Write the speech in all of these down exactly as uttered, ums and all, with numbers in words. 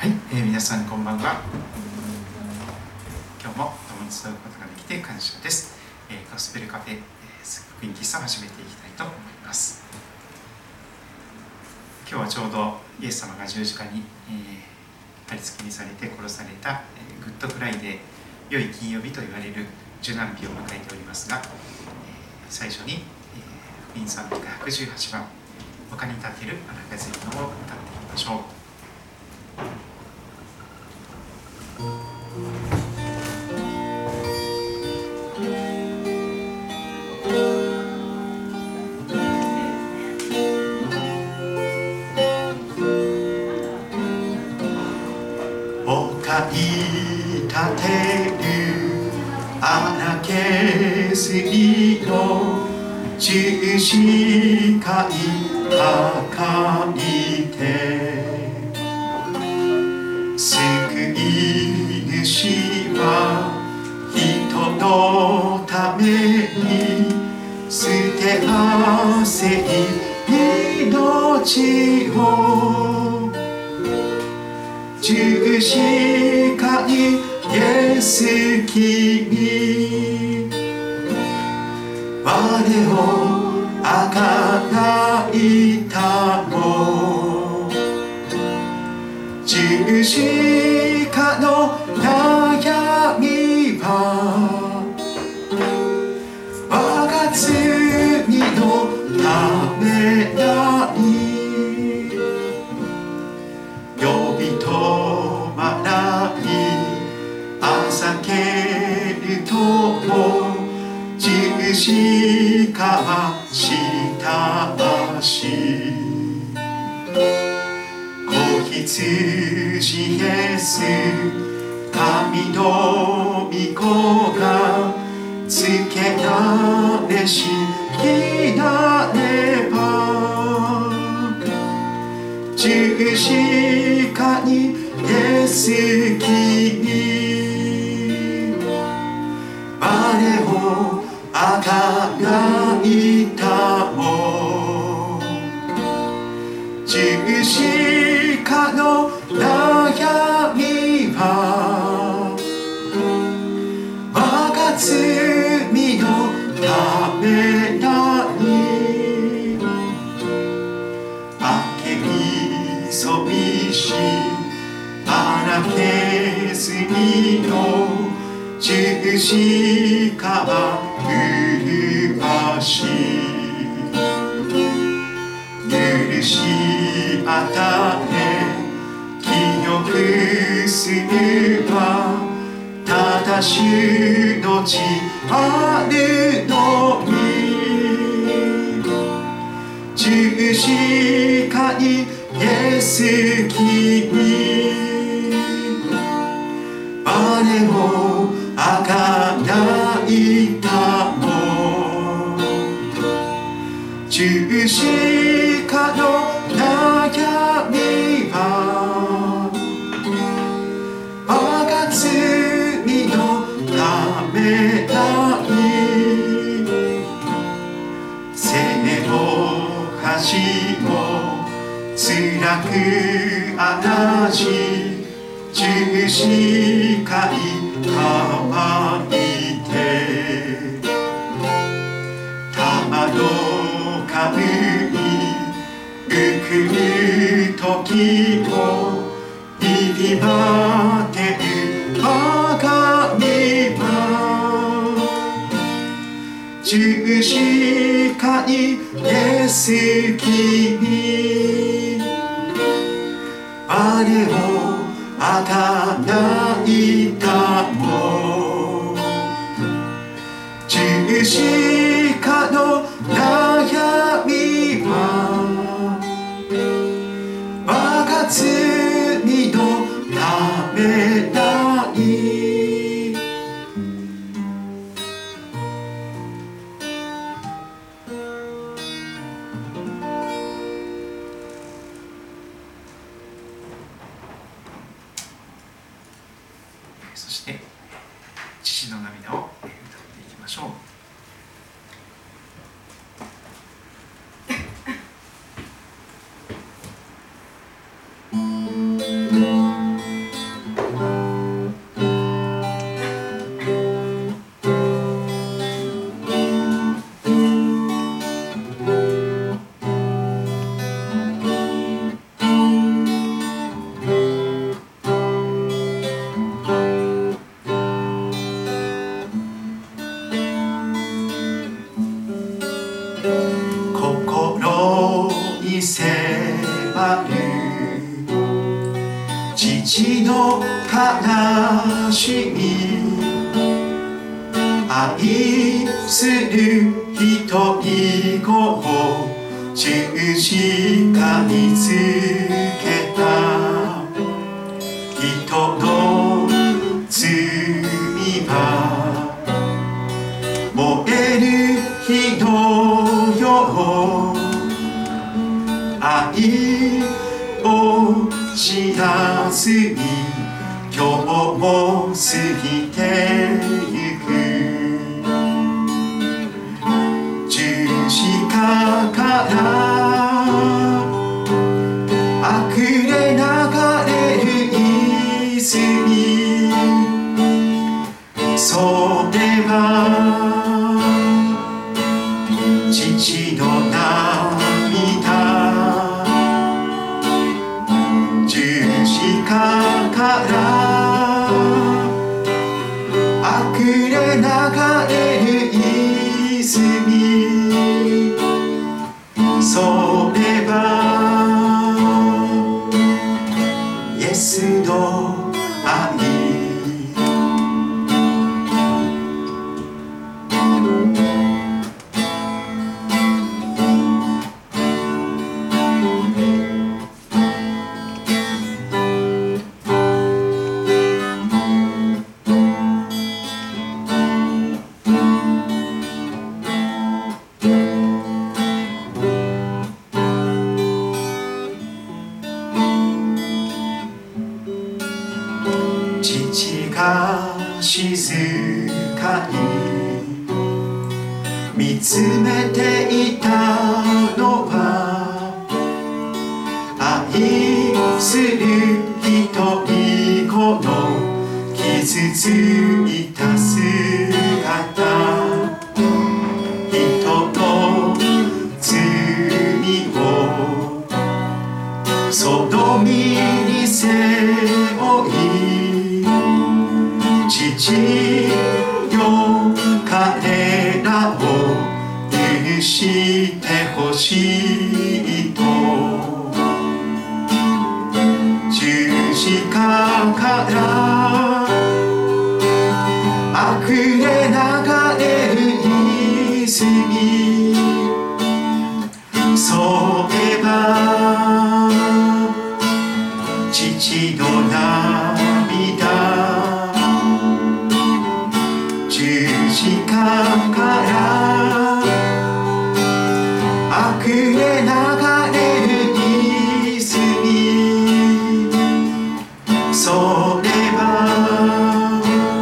はい、えー、皆さんこんばんは。今日も共に集うことができて感謝です。えー、ゴスペルカフェ、えー、福音喫茶を始めていきたいと思います。今日はちょうどイエス様が十字架に、えー、貼り付けにされて殺された、えー、グッドフライデー、良い金曜日と言われる受難日を迎えておりますが、えー、最初に、えー、福音賛美歌ひゃくじゅうはちばん、他に立てる荒風のを歌っていきましょう。歌い立てる荒削の十字架に抱いて救い主は人のために捨て合わせ命を十字架にイエス君我をあがないたも十字架の悩みは我が罪のためなり呼び止まないあざけるとも十字架は下し子羊イエス神の御子がつけられしになれば十字架にイエス君我をあがないたも十字架の悩みは我が罪のためなり明けみそびし荒削りの十字架は麗し許し与え清くするは正しい命あるのに十字架にイエス君我をあがないたも十字架の悩みは我が罪のためなり背の恥を辛くあらし十字架に乾いて玉の神に受くる時を入り待てる我が身は十字架にイエス君我をあがないたも十字架の悩みは我が罪のためなりそして父の涙を歌っていきましょう。 父の悲しみ愛する一人子を十字架につけた人の罪は燃える火のよう愛を知らずに今日も過ぎてゆく十字架から溢れ流れる泉それは父の涙十字架から溢れ流れる泉それはイエスの愛父が静かに見つめていたのは愛する一人子の傷ついた姿人の罪をその身に背負い父よ彼らを許してほしいと十字架から溢れ流れる泉それは父の涙十字架から溢れ流れる泉それは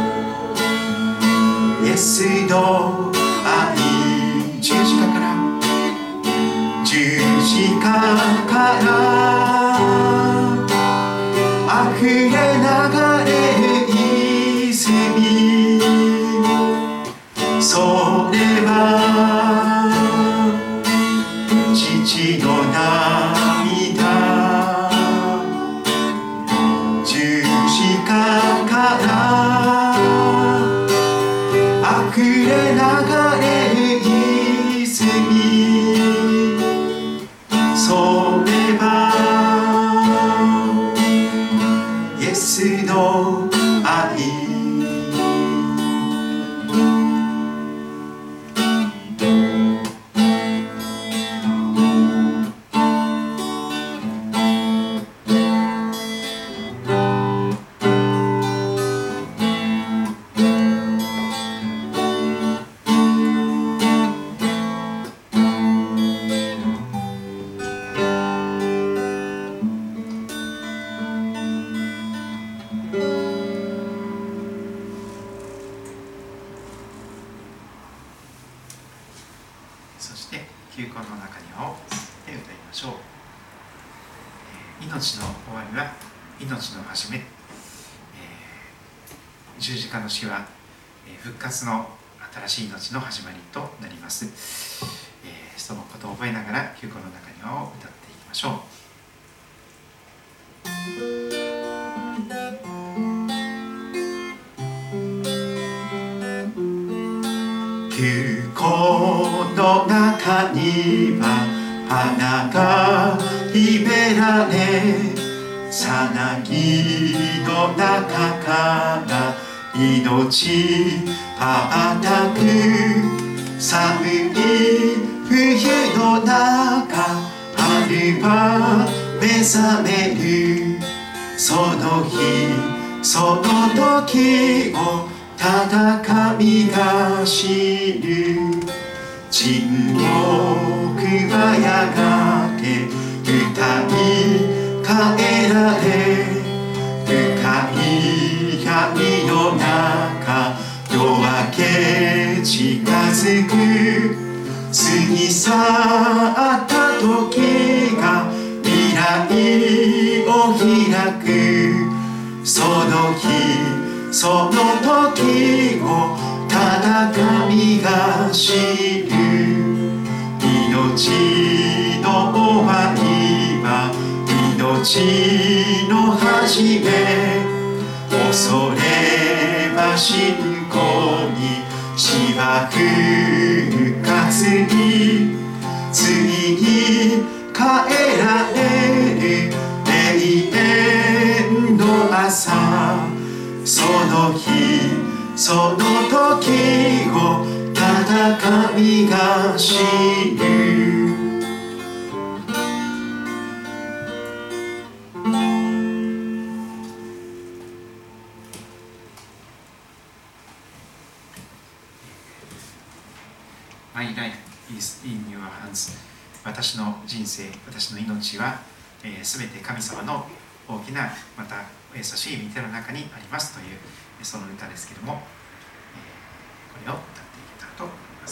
イエスの愛十字架から十字架から溢れ流れる泉それは父の涙十字架から溢れ流れる泉それはイエスの愛そして休校の中庭を歌いましょう。命の終わりは命の始め、えー、十字架の死は復活の新しい命の始まりとなります、えー、そのことを覚えながら休校の中庭を歌っていきましょう。休校の中には花が秘められさなぎの中から命羽ばたく寒い冬の中春は目覚めるその日その時を戦いが知る沈黙はやがて歌い変えられ深い闇の中夜明け近づく過ぎ去った時が未来を開くその日その時を戦いが知る命の終わりは命の始め恐れは信仰に死は復活についに変えられる永遠の朝その日その時を戦いが知るMy life is in your hands 私の人生、私の命はすべ、えー、て神様の大きなまたお優しい御手の中にありますというその歌ですけれども、えー、これを歌っていけたらと思います。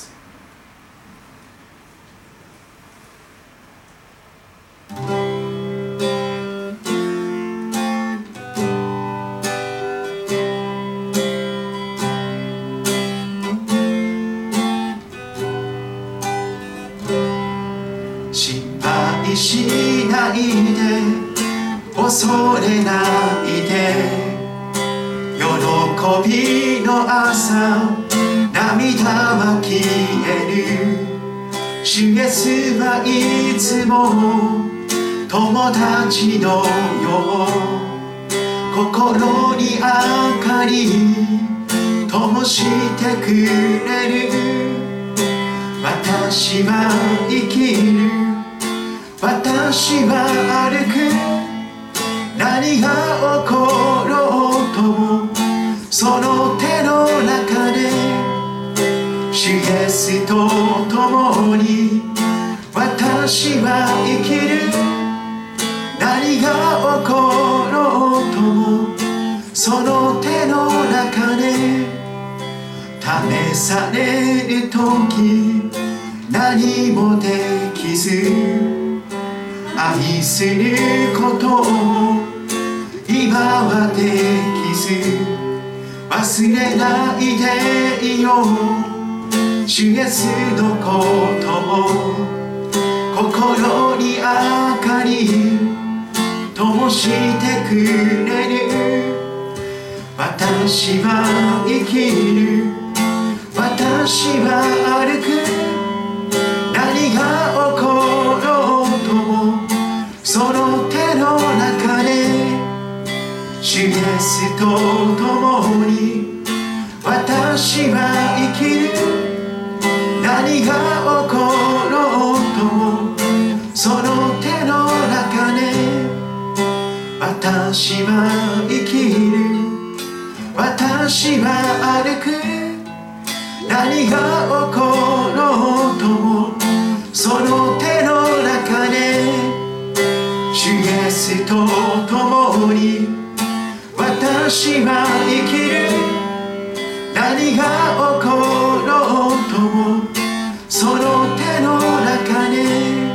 心配しないで恐れないで喜びの朝涙は消える主イエスはいつも友達のよう心に明かり灯してくれる私は生きる私は歩く何が起ころうともその手の中で主イエスと共に私は生きる何が起ころうともその手の中で試される時何もできず愛することを今はできず忘れないでいよう主イエスのことを心に明かり灯してくれる私は生きる私は歩く何が起ころうともその手の中で主イエスと共に私は生きる何が起ころうともその手の中で私は生きる私は歩く何が起ころうともその手の中で主イエスと共に私は生きる何が起ころうともその手の中で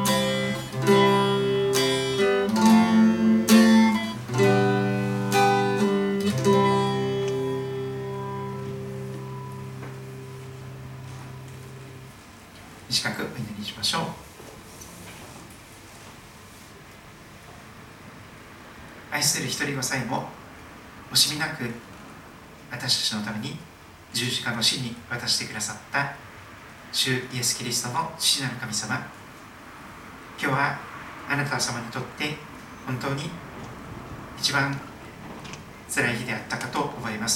短くお祈りしましょう。愛する一人子さえも惜しみなく私たちのために十字架の死に渡してくださった主イエス・キリストの父なる神様、今日はあなた様にとって本当に一番辛い日であったかと思います。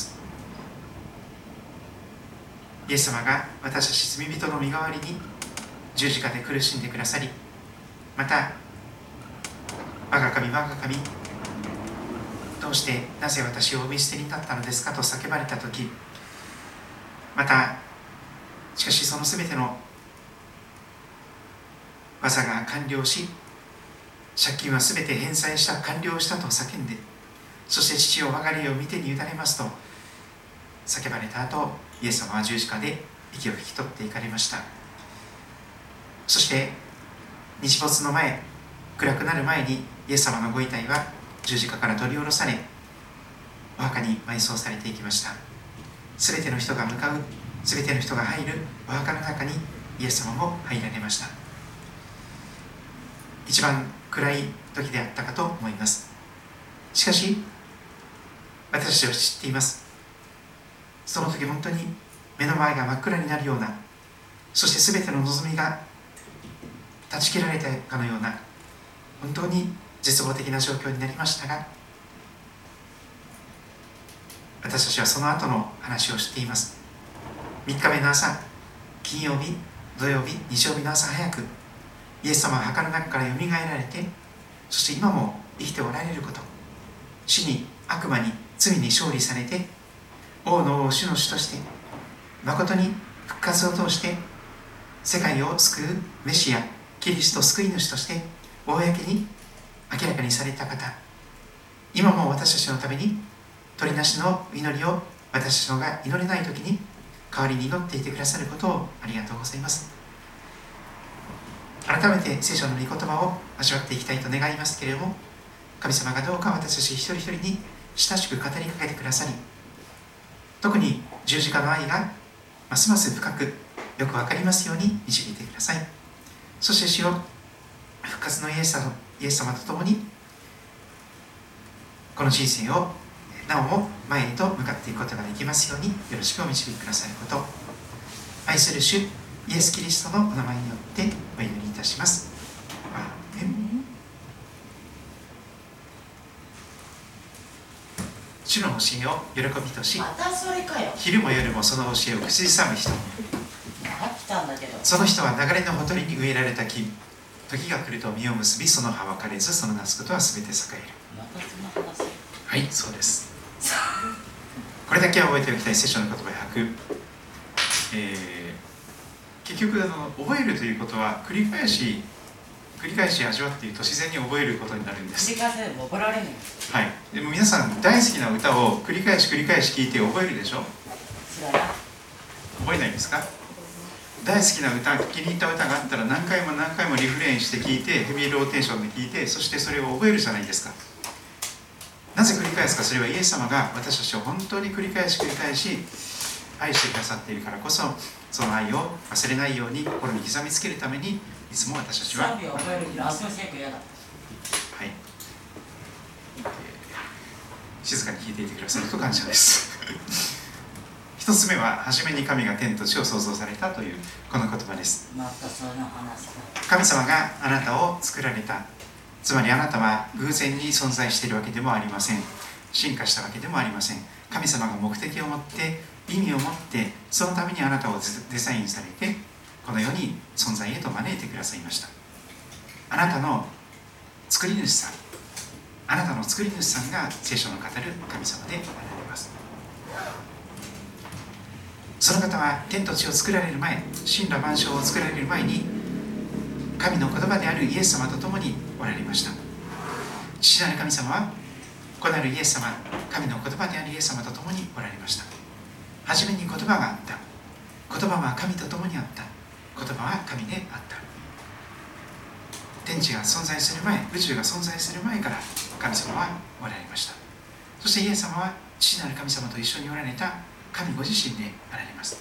イエス様が私たち罪人の身代わりに十字架で苦しんでくださり、また我が神我が神、どうしてなぜ私をお見捨てになったのですかと叫ばれたとき、またしかしそのすべての技が完了し、借金はすべて返済した、完了したと叫んで、そして父を我が霊を見てに委ねますと叫ばれた後、イエス様は十字架で息を引き取っていかれました。そして日没の前、暗くなる前にイエス様のご遺体は十字架から取り下ろされ、お墓に埋葬されていきました。すべての人が向かう、すべての人が入るお墓の中にイエス様も入られました。一番暗い時であったかと思います。しかし私たちは知っています。その時本当に目の前が真っ暗になるような、そしてすべての望みが断ち切られたかのような、本当に絶望的な状況になりましたが、私たちはその後の話をしています。みっかめの朝、金曜日、土曜日、日曜日の朝早く、イエス様は墓の中からよみがえられて、そして今も生きておられること、死に悪魔に罪に勝利されて、王の王、主の主として誠に復活を通して世界を救うメシア、キリスト救い主として公に明らかにされた方、今も私たちのために取りなしの祈りを私たちのが祈れないときに代わりに祈っていてくださることをありがとうございます。改めて聖書の御言葉を味わっていきたいと願いますけれども、神様がどうか私たち一人一人に親しく語りかけてくださり、特に十字架の愛がますます深くよく分かりますように導いてください。そして主よ、復活のイエス様、イエス様と共にこの人生をなおも前へと向かっていくことができますようによろしくお導きくださること、愛する主イエス・キリストのお名前によってお祈りいたします。アーメン。主の教えを喜びとし、 またそれかよ。 昼も夜もその教えを口ずさむ人、 来たんだけど、 その人は流れのほとりに植えられた木、時が来ると実を結び、その葉は枯れず、そのなすことはすべて栄える。 またその話。 はい、そうです。これだけは覚えておきたい聖書の言葉ひゃく、えー、結局あの覚えるということは繰り返し繰り返し味わっていると自然に覚えることになるんです。 繰り返せでも覚えられない。 はい。でも皆さん大好きな歌を繰り返し繰り返し聴いて覚えるでしょ。 知らない。 覚えないですか。大好きな歌、気に入った歌があったら何回も何回もリフレインして聴いて、ヘビーローテーションで聴いて、そしてそれを覚えるじゃないですか。なぜ繰り返すか。それはイエス様が私たちを本当に繰り返し繰り返し愛してくださっているからこそ、その愛を忘れないように心に刻みつけるためにいつも私たちは、 賛美を覚えるけど明日の聖句嫌だ。 はい、えー、静かに聞いていてくださると感謝です一つ目は、初めに神が天と地を創造されたというこの言葉です。 またその話か。 神様があなたを作られた。つまりあなたは偶然に存在しているわけでもありません。進化したわけでもありません。神様が目的を持って意味を持って、そのためにあなたをデザインされてこの世に存在へと招いてくださいました。あなたの作り主さん、あなたの作り主さんが聖書の語る神様であられます。その方は天と地を作られる前、神羅万象を作られる前に神の言葉であるイエス様と共におられました。父なる神様は子なるイエス様、神の言葉であるイエス様と共におられました。はじめに言葉があった。言葉は神と共にあった。言葉は神であった。天地が存在する前、宇宙が存在する前から神様はおられました。そしてイエス様は父なる神様と一緒におられた神ご自身であられます。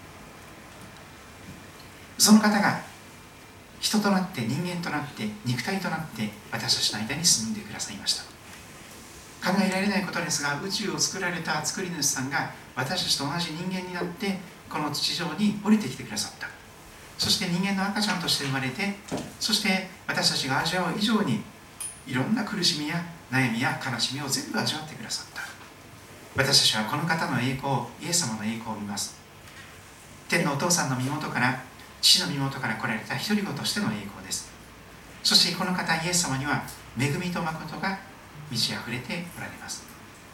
その方が人となって、人間となって、肉体となって私たちの間に住んでくださいました。考えられないことですが、宇宙を作られた作り主さんが私たちと同じ人間になってこの地上に降りてきてくださった。そして人間の赤ちゃんとして生まれて、そして私たちが味わう以上にいろんな苦しみや悩みや悲しみを全部味わってくださった。私たちはこの方の栄光、イエス様の栄光を見ます。天のお父さんの身元から、父の身元から来られた一人子としての栄光です。そしてこの方イエス様には恵みと誠が満ち溢れておられます。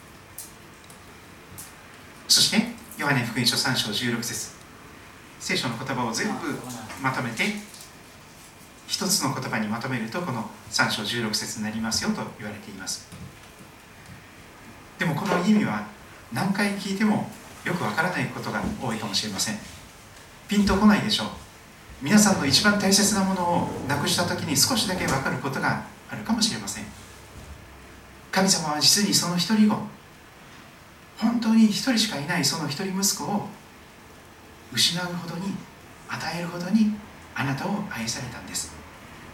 そしてヨハネ福音書さん章じゅうろく節、聖書の言葉を全部まとめて一つの言葉にまとめるとこのさん章じゅうろく節になりますよと言われています。でもこの意味は何回聞いてもよくわからないことが多いかもしれません。ピンとこないでしょう。皆さんの一番大切なものをなくした時に少しだけわかることがあるかもしれません。神様は実にその一人子、本当に一人しかいないその一人息子を失うほどに、与えるほどにあなたを愛されたんです。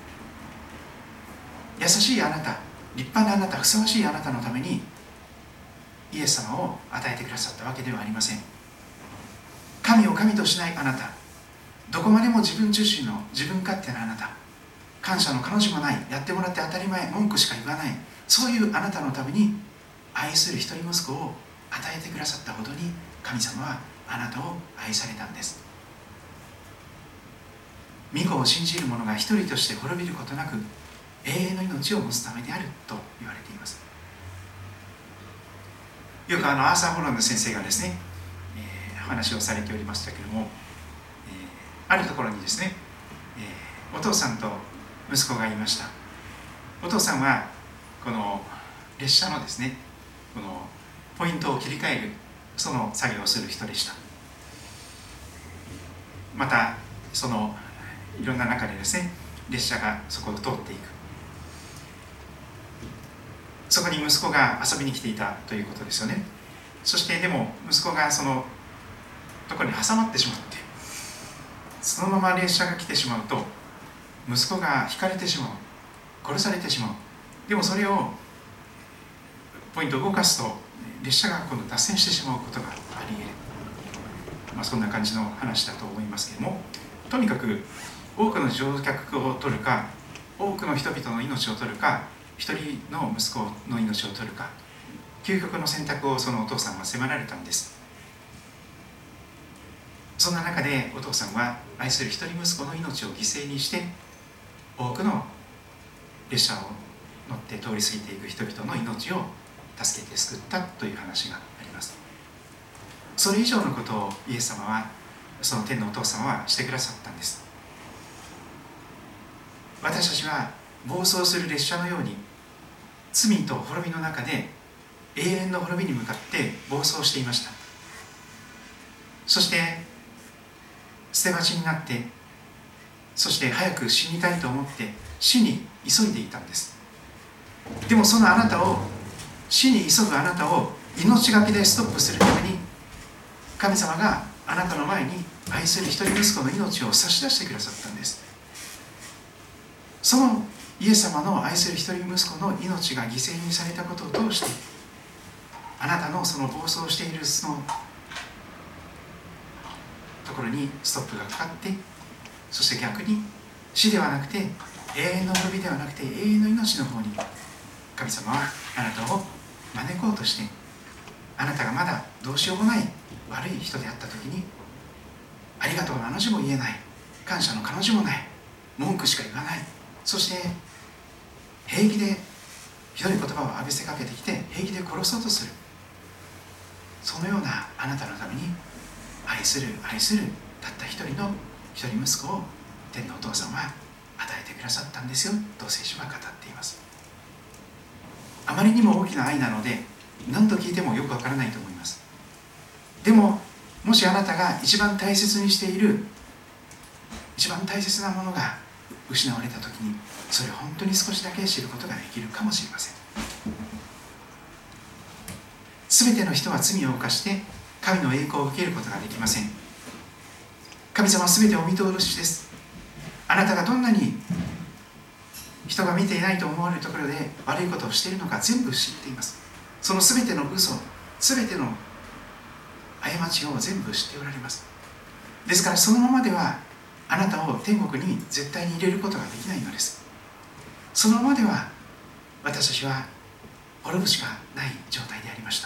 優しいあなた、立派なあなた、ふさわしいあなたのためにイエス様を与えてくださったわけではありません。神を神としないあなた、どこまでも自分自身の自分勝手なあなた、感謝の彼女もない、やってもらって当たり前、文句しか言わない、そういうあなたのために愛する一人息子を与えてくださったほどに神様はあなたを愛されたんです。御子を信じる者が一人として滅びることなく永遠の命を持つためであると言われています。よくあのアーサー・ホランド先生がですね、えー、話をされておりましたけれども、えー、あるところにですね、えー、お父さんと息子がいました。お父さんはこの列車のですね、このポイントを切り替えるその作業をする人でした。またそのいろんな中でですね、列車がそこを通っていく、そこに息子が遊びに来ていたということですよね。そしてでも息子がそのところに挟まってしまって、そのまま列車が来てしまうと息子がひかれてしまう、殺されてしまう。でもそれをポイントを動かすと列車が今度脱線してしまうことがあり得る、まあ、そんな感じの話だと思いますけれども、とにかく多くの乗客を取るか、多くの人々の命を取るか、一人の息子の命を取るか、究極の選択をそのお父さんは迫られたんです。そんな中でお父さんは愛する一人息子の命を犠牲にして多くの列車を乗って通り過ぎていく人々の命を助けて救ったという話があります。それ以上のことをイエス様は、その天のお父様はしてくださったんです。私たちは暴走する列車のように罪と滅びの中で永遠の滅びに向かって暴走していました。そして捨て鉢になって、そして早く死にたいと思って死に急いでいたんです。でもそのあなたを、死に急ぐあなたを命がけでストップするために、神様があなたの前に愛する一人息子の命を差し出してくださったんです。そのイエス様の愛する一人息子の命が犠牲にされたことを通して、あなたのその暴走しているそのところにストップがかかって、そして逆に死ではなくて永遠の滅びではなくて永遠の命の方に神様はあなたを招こうとして、あなたがまだどうしようもない悪い人であった時に、ありがとうのあの字も言えない、感謝の彼女もない、文句しか言わない、そして平気でひどい言葉を浴びせかけてきて平気で殺そうとする、そのようなあなたのために愛する愛するたった一人の一人息子を天のお父さんは与えてくださったんですよと聖書は語っています。あまりにも大きな愛なので何度聞いてもよくわからないと思います。でももしあなたが一番大切にしている一番大切なものが失われたときに、それを本当に少しだけ知ることができるかもしれません。すべての人は罪を犯して神の栄光を受けることができません。神様はすべてお見通しです。あなたがどんなに人が見ていないと思われるところで悪いことをしているのか全部知っています。そのすべての嘘、すべての過ちを全部知っておられます。ですからそのままではあなたを天国に絶対に入れることができないのです。そのままでは私たちは滅ぶしかない状態でありました。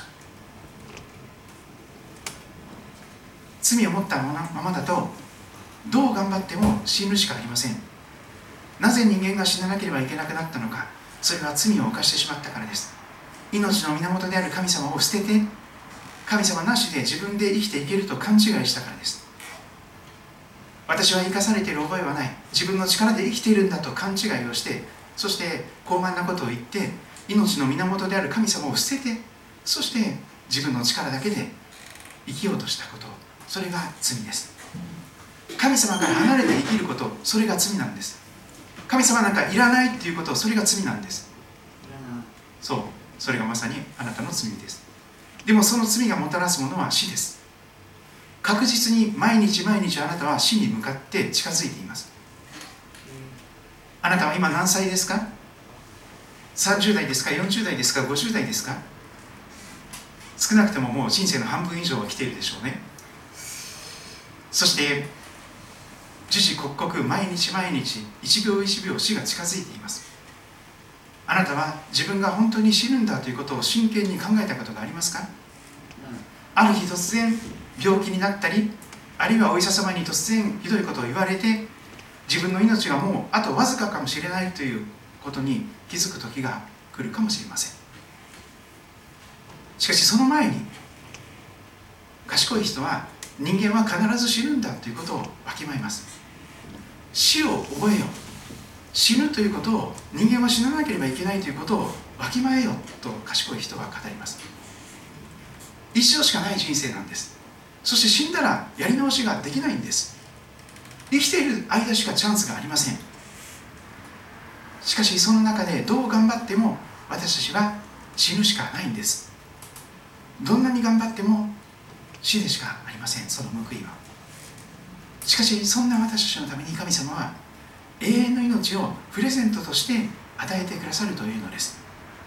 罪を持ったままだとどう頑張っても死ぬしかありません。なぜ人間が死ななければいけなくなったのか、それは罪を犯してしまったからです。命の源である神様を捨てて、神様なしで自分で生きていけると勘違いしたからです。私は生かされている覚えはない、自分の力で生きているんだと勘違いをして、そして傲慢なことを言って命の源である神様を捨てて、そして自分の力だけで生きようとしたこと、それが罪です。神様から離れて生きること、それが罪なんです。神様なんかいらないっていうこと、それが罪なんです。そう、それがまさにあなたの罪です。でもその罪がもたらすものは死です。確実に毎日毎日あなたは死に向かって近づいています。あなたは今何歳ですか？さんじゅう代ですか？よんじゅう代ですか？ごじゅう代ですか？少なくとももう人生の半分以上は来ているでしょうね。そして時々刻々毎日毎日一秒一秒死が近づいています。あなたは自分が本当に死ぬんだということを真剣に考えたことがありますか？ある日突然病気になったり、あるいはお医者様に突然ひどいことを言われて、自分の命がもうあとわずかかもしれないということに気づく時が来るかもしれません。しかしその前に、賢い人は人間は必ず死ぬんだということをわきまえます。死を覚えよ、死ぬということを、人間は死ななければいけないということをわきまえよと賢い人は語ります。一度しかない人生なんです。そして死んだらやり直しができないんです。生きている間しかチャンスがありません。しかしその中でどう頑張っても私たちは死ぬしかないんです。どんなに頑張っても死でしかありません、その報いは。しかしそんな私たちのために神様は永遠の命をプレゼントとして与えてくださるというのです。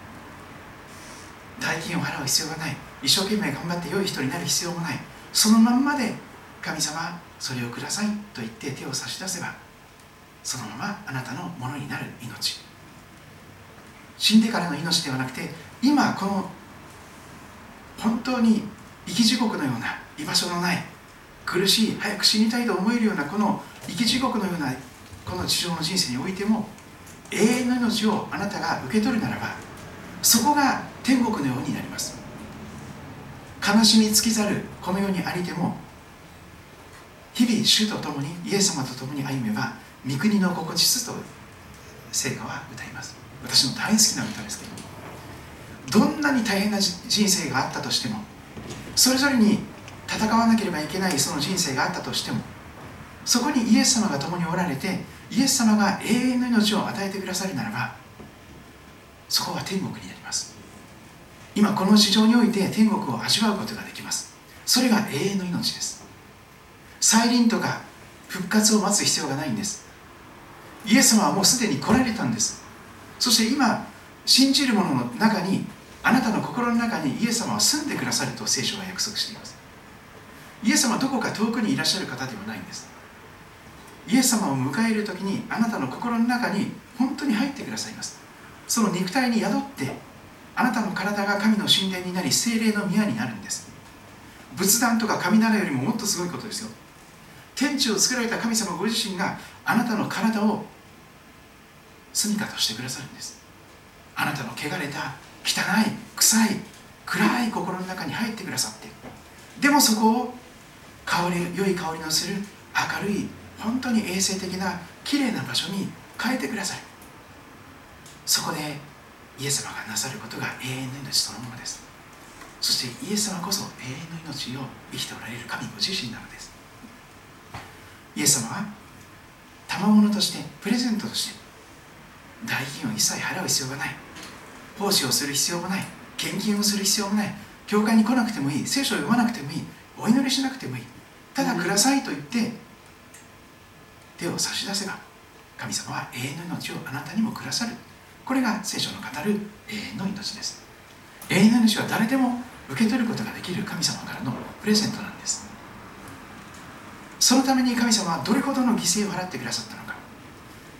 代金を払う必要がない、一生懸命頑張って良い人になる必要もない、そのまんまで神様それをくださいと言って手を差し出せば、そのままあなたのものになる命、死んでからの命ではなくて、今この本当に生き地獄のような居場所のない、苦しい、早く死にたいと思えるようなこの生き地獄のようなこの地上の人生においても、永遠の命をあなたが受け取るならば、そこが天国のようになります。悲しみ尽きざるこの世にありても、日々主と共にイエス様と共に歩めば御国の心地すと聖歌は歌います。私の大好きな歌ですけど、どんなに大変な人生があったとしても、それぞれに戦わなければいけないその人生があったとしても、そこにイエス様が共におられて、イエス様が永遠の命を与えてくださるならば、そこは天国になります。今この地上において天国を味わうことができます。それが永遠の命です。再臨とか復活を待つ必要がないんです。イエス様はもうすでに来られたんです。そして今信じる者の中に、あなたの心の中にイエス様は住んでくださると聖書は約束しています。イエス様はどこか遠くにいらっしゃる方ではないんです。イエス様を迎えるときに、あなたの心の中に本当に入ってくださいます。その肉体に宿って、あなたの体が神の神殿になり、聖霊の宮になるんです。仏壇とか神棚よりももっとすごいことですよ。天地を作られた神様ご自身があなたの体を住処としてくださるんです。あなたの汚れた汚い臭い暗い心の中に入ってくださって、でもそこを香り良い香りのする明るい、本当に衛生的なきれいな場所に変えてくださる。そこでイエス様がなさることが永遠の命そのものです。そしてイエス様こそ永遠の命を生きておられる神ご自身なのです。イエス様は賜物として、プレゼントとして代金を一切払う必要がない、奉仕をする必要もない、献金をする必要もない、教会に来なくてもいい、聖書を読まなくてもいい、お祈りしなくてもいい、ただくださいと言って手を差し出せば、神様は永遠の命をあなたにもくださる。これが聖書の語る永遠の命です。永遠の命は誰でも受け取ることができる神様からのプレゼントなんです。そのために神様はどれほどの犠牲を払ってくださったのか。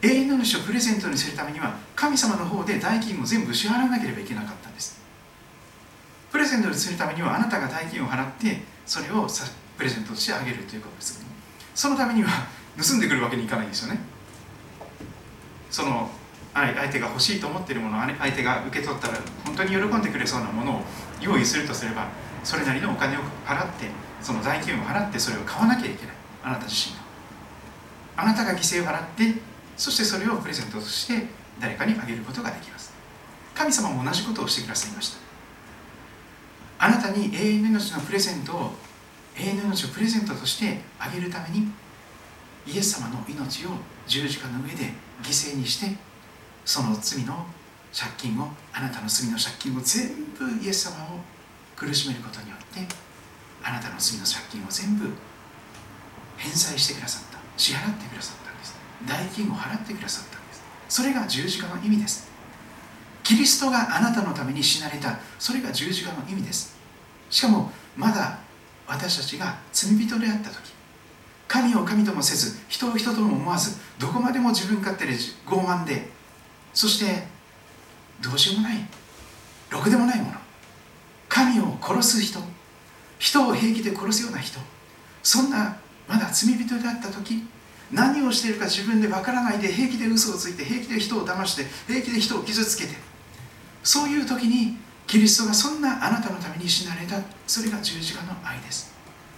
永遠の命をプレゼントにするためには神様の方で代金を全部支払わなければいけなかったんです。プレゼントにするためにはあなたが代金を払ってそれをプレゼントとしてあげるということです。そのためには盗んでくるわけにいかないんですよね。その相手が欲しいと思っているものを相手が受け取ったら本当に喜んでくれそうなものを用意するとすれば、それなりのお金を払ってその代金を払ってそれを買わなきゃいけない。あなた自身があなたが犠牲を払って、そしてそれをプレゼントとして誰かにあげることができます。神様も同じことをしてくださいました。あなたに永遠の命のプレゼントを永遠の命をプレゼントとしてあげるために、イエス様の命を十字架の上で犠牲にして、その罪の借金を、あなたの罪の借金を全部イエス様を苦しめることによって、あなたの罪の借金を全部返済してくださった、支払ってくださったんです。代金を払ってくださったんです。それが十字架の意味です。キリストがあなたのために死なれた、それが十字架の意味です。しかもまだ私たちが罪人であった時、神を神ともせず人を人とも思わず、どこまでも自分勝手で傲慢で、そしてどうしようもない、ろくでもないもの、神を殺す人、人を平気で殺すような人、そんなまだ罪人であった時、何をしているか自分でわからないで平気で嘘をついて、平気で人を騙して、平気で人を傷つけて、そういう時にキリストがそんなあなたのために死なれた、それが十字架の愛です。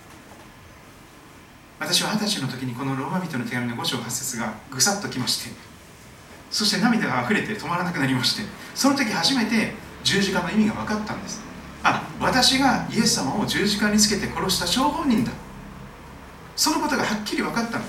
私は二十歳の時にこのローマ人の手紙のご章はち節がぐさっときまして、そして涙があふれて止まらなくなりまして、その時初めて十字架の意味が分かったんです。あ、私がイエス様を十字架につけて殺した張本人だ、そのことがはっきり分かったんです。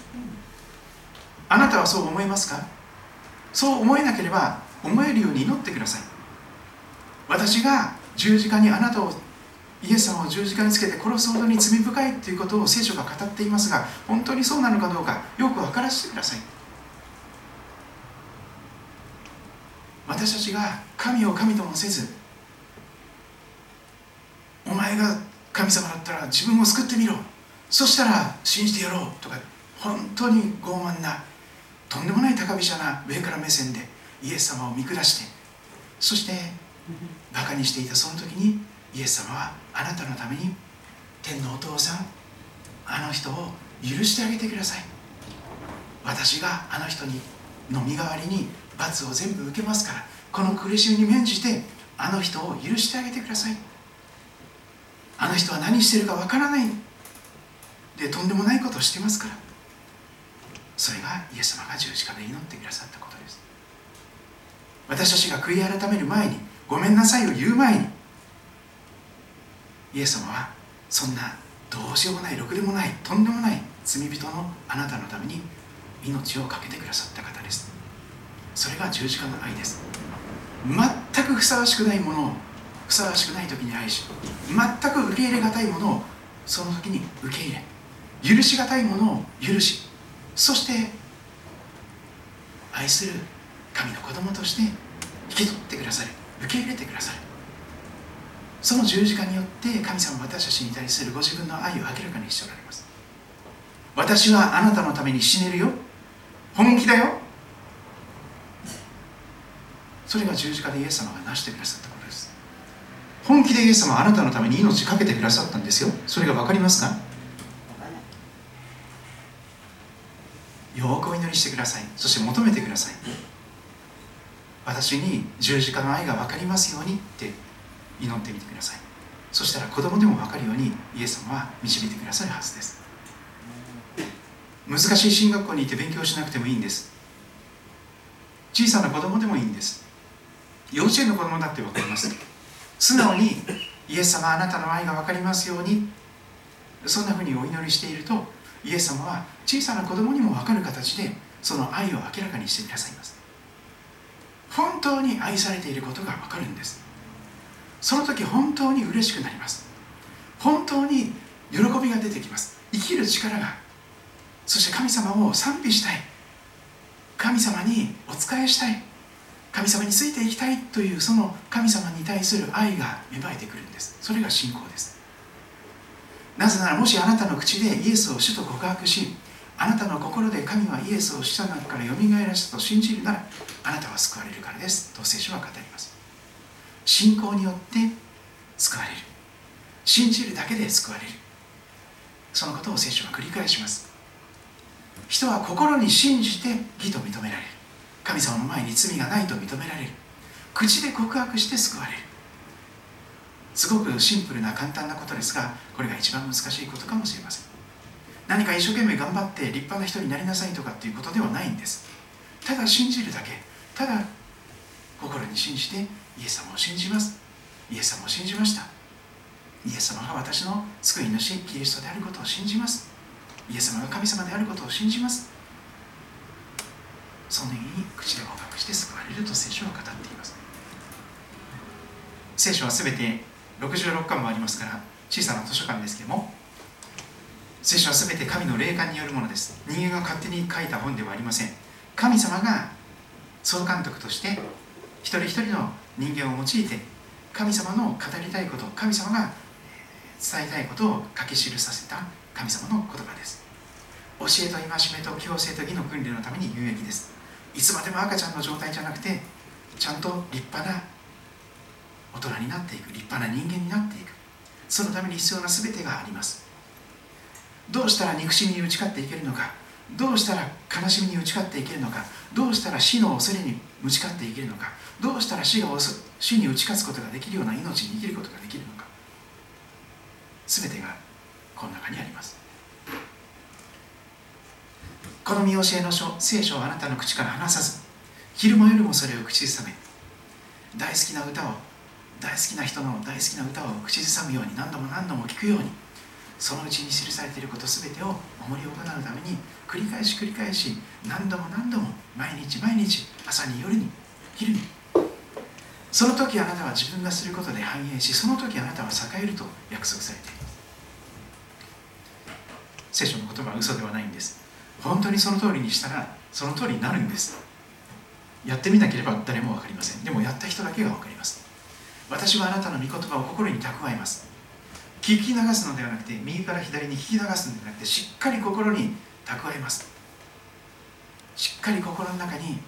あなたはそう思いますか？そう思えなければ思えるように祈ってください。私が十字架にあなたを、イエス様を十字架につけて殺すほどに罪深いということを聖書が語っていますが、本当にそうなのかどうかよく分からせてください。私たちが神を神ともせず、お前が神様だったら自分を救ってみろ、そしたら信じてやろうとか、本当に傲慢なとんでもない高飛車な上から目線でイエス様を見下して、そしてバカにしていたその時に、イエス様はあなたのために、天のお父さん、あの人を許してあげてください、私があの人にの身代わりに罰を全部受けますから、この苦しみに免じてあの人を許してあげてください、あの人は何してるかわからないでとんでもないことをしてますから。それがイエス様が十字架で祈ってくださったことです。私たちが悔い改める前に、ごめんなさいを言う前に、イエス様はそんなどうしようもない、ろくでもない、とんでもない罪人のあなたのために命を懸けてくださった方です。それが十字架の愛です。全くふさわしくないものをふさわしくない時に愛し、全く受け入れがたいものをその時に受け入れ、許しがたいものを許し、そして愛する神の子供として引き取ってくださる、受け入れてくださる。その十字架によって神様は私たちに対するご自分の愛を明らかにしておられます。私はあなたのために死ねるよ、本気だよ、それが十字架でイエス様が成してくださったことです。本気でイエス様はあなたのために命を懸けてくださったんですよ。それが分かりますか？よくお祈りしてください。そして求めてください。私に十字架の愛が分かりますようにって祈ってみてください。そしたら子供でも分かるようにイエス様は導いてくださるはずです。難しい進学校に行って勉強しなくてもいいんです。小さな子供でもいいんです。幼稚園の子供だって分かります。素直にイエス様あなたの愛が分かりますように、そんなふうにお祈りしていると、イエス様は小さな子供にも分かる形でその愛を明らかにしてくださいます。本当に愛されていることが分かるんです。その時本当に嬉しくなります。本当に喜びが出てきます。生きる力が、そして神様を賛美したい、神様にお仕えしたい、神様についていきたいというその神様に対する愛が芽生えてくるんです。それが信仰です。なぜなら、もしあなたの口でイエスを主と告白し、 あなたの心で神はイエスを死者の中からよみがえらせたと信じるなら、あなたは救われるからですと聖書は語ります。信仰によって救われる、信じるだけで救われる、そのことを聖書は繰り返します。人は心に信じて義と認められる、神様の前に罪がないと認められる、口で告白して救われる。すごくシンプルな簡単なことですが、これが一番難しいことかもしれません。何か一生懸命頑張って立派な人になりなさいとかっていうことではないんです。ただ信じるだけ、ただ心に信じてイエス様を信じます。イエス様を信じました。イエス様が私の救い主キリストであることを信じます。イエス様が神様であることを信じます。その意味に口で告白して救われると聖書は語っています。聖書はすべてろくじゅうろっかんもありますから小さな図書館ですけれども、聖書はすべて神の霊感によるものです。人間が勝手に書いた本ではありません。神様が総監督として一人一人の人間を用いて神様の語りたいこと、神様が伝えたいことを書き記させた神様の言葉です。教えと戒めと強制と義の訓練のために有益です。いつまでも赤ちゃんの状態じゃなくて、ちゃんと立派な大人になっていく、立派な人間になっていく、そのために必要な全てがあります。どうしたら憎しみに打ち勝っていけるのか、どうしたら悲しみに打ち勝っていけるのか、どうしたら死の恐れに打ち勝っていけるのか、どうしたら死が死に打ち勝つことができるような命に生きることができるのか、全てがこの中にあります。この見教えの書、聖書をあなたの口から離さず、昼も夜もそれを口ずさめ、大好きな歌を、大好きな人の大好きな歌を口ずさむように何度も何度も聞くように、そのうちに記されていることすべてを思い行うために繰り返し繰り返し何度も何度も毎日毎日、朝に夜に昼に、その時あなたは自分がすることで繁栄し、その時あなたは栄えると約束されています。聖書の言葉は嘘ではないんです。本当にその通りにしたらその通りになるんです。やってみなければ誰も分かりません。でもやった人だけが分かります。私はあなたの御言葉を心に蓄えます。聞き流すのではなくて、右から左に聞き流すのではなくて、しっかり心に蓄えます。しっかり心の中に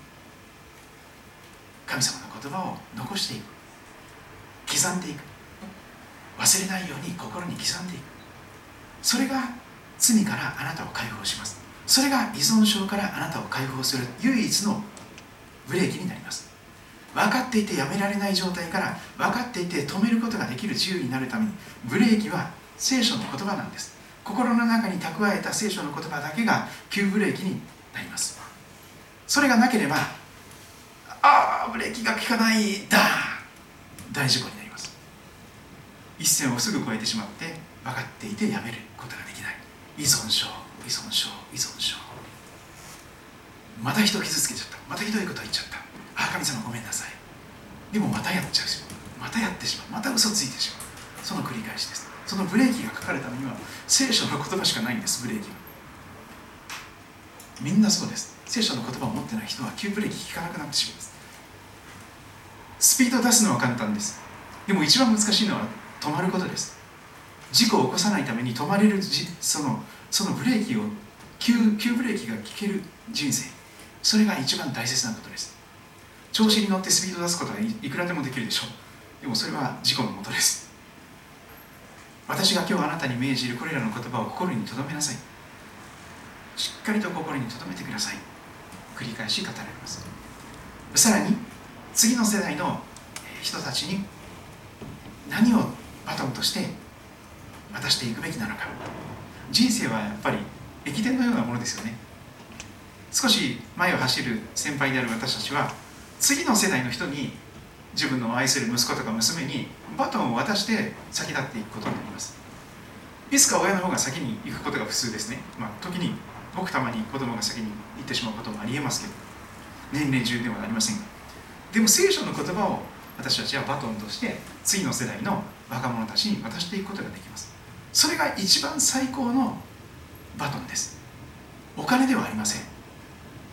神様の言葉を残していく、刻んでいく、忘れないように心に刻んでいく。それが罪からあなたを解放します。それが依存症からあなたを解放する唯一のブレーキになります。分かっていてやめられない状態から分かっていて止めることができる自由になるために、ブレーキは聖書の言葉なんです。心の中に蓄えた聖書の言葉だけが急ブレーキになります。それがなければ、ああブレーキが効かない、ダーン、大事故になります。一線をすぐ越えてしまって分かっていてやめることができない依存症、依存症、依存症。また人を傷つけちゃった、またひどいこと言っちゃった、ああ神様ごめんなさい。でもまたやっちゃうし、またやってしまう、また嘘ついてしまう、その繰り返しです。そのブレーキがかかるためには聖書の言葉しかないんです。ブレーキがみんなそうです。聖書の言葉を持ってない人は急ブレーキ効かなくなってしまいます。スピードを出すのは簡単です。でも一番難しいのは止まることです。事故を起こさないために止まれるその、そのブレーキを 急, 急ブレーキが効ける人生、それが一番大切なことです。調子に乗ってスピードを出すことはいくらでもできるでしょう。でもそれは事故のもとです。私が今日あなたに命じるこれらの言葉を心に留めなさい。しっかりと心に留めてください。繰り返し語られます。さらに次の世代の人たちに何をバトンとして渡していくべきなのか。人生はやっぱり駅伝のようなものですよね。少し前を走る先輩である私たちは次の世代の人に、自分の愛する息子とか娘にバトンを渡して先立っていくことになります。いつか親の方が先に行くことが普通ですね。まあ時にごくたまに子供が先に行ってしまうこともありえますけど、年齢中ではありませんが、でも聖書の言葉を私たちはバトンとして次の世代の若者たちに渡していくことができます。それが一番最高のバトンです。お金ではありません。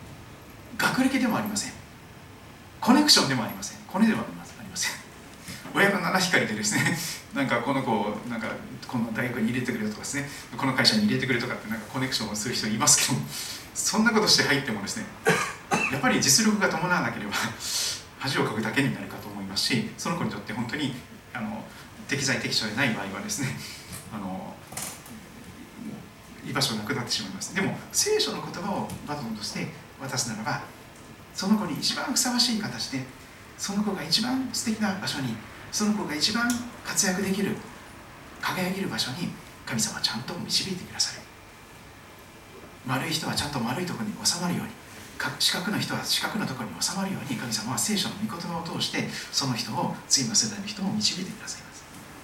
学歴でもありません。コネクションでもありません。コネではありません。 親の七光でですねなんかこの子をなんかこの大学に入れてくれとかですね、この会社に入れてくれとかってなんかコネクションをする人いますけども、そんなことして入ってもですねやっぱり実力が伴わなければ恥をかくだけになるかと思いますし、その子にとって本当にあの適材適所でない場合はですねあの居場所がなくなってしまいます。でも聖書の言葉をバトンとして渡すならば、その子に一番ふさわしい形で、その子が一番素敵な場所に、その子が一番活躍できる、輝ける場所に神様はちゃんと導いてくださる。丸い人はちゃんと丸いところに収まるように、四角の人は四角のところに収まるように、神様は聖書の御言葉を通してその人を、次の世代の人を導いてくださいます。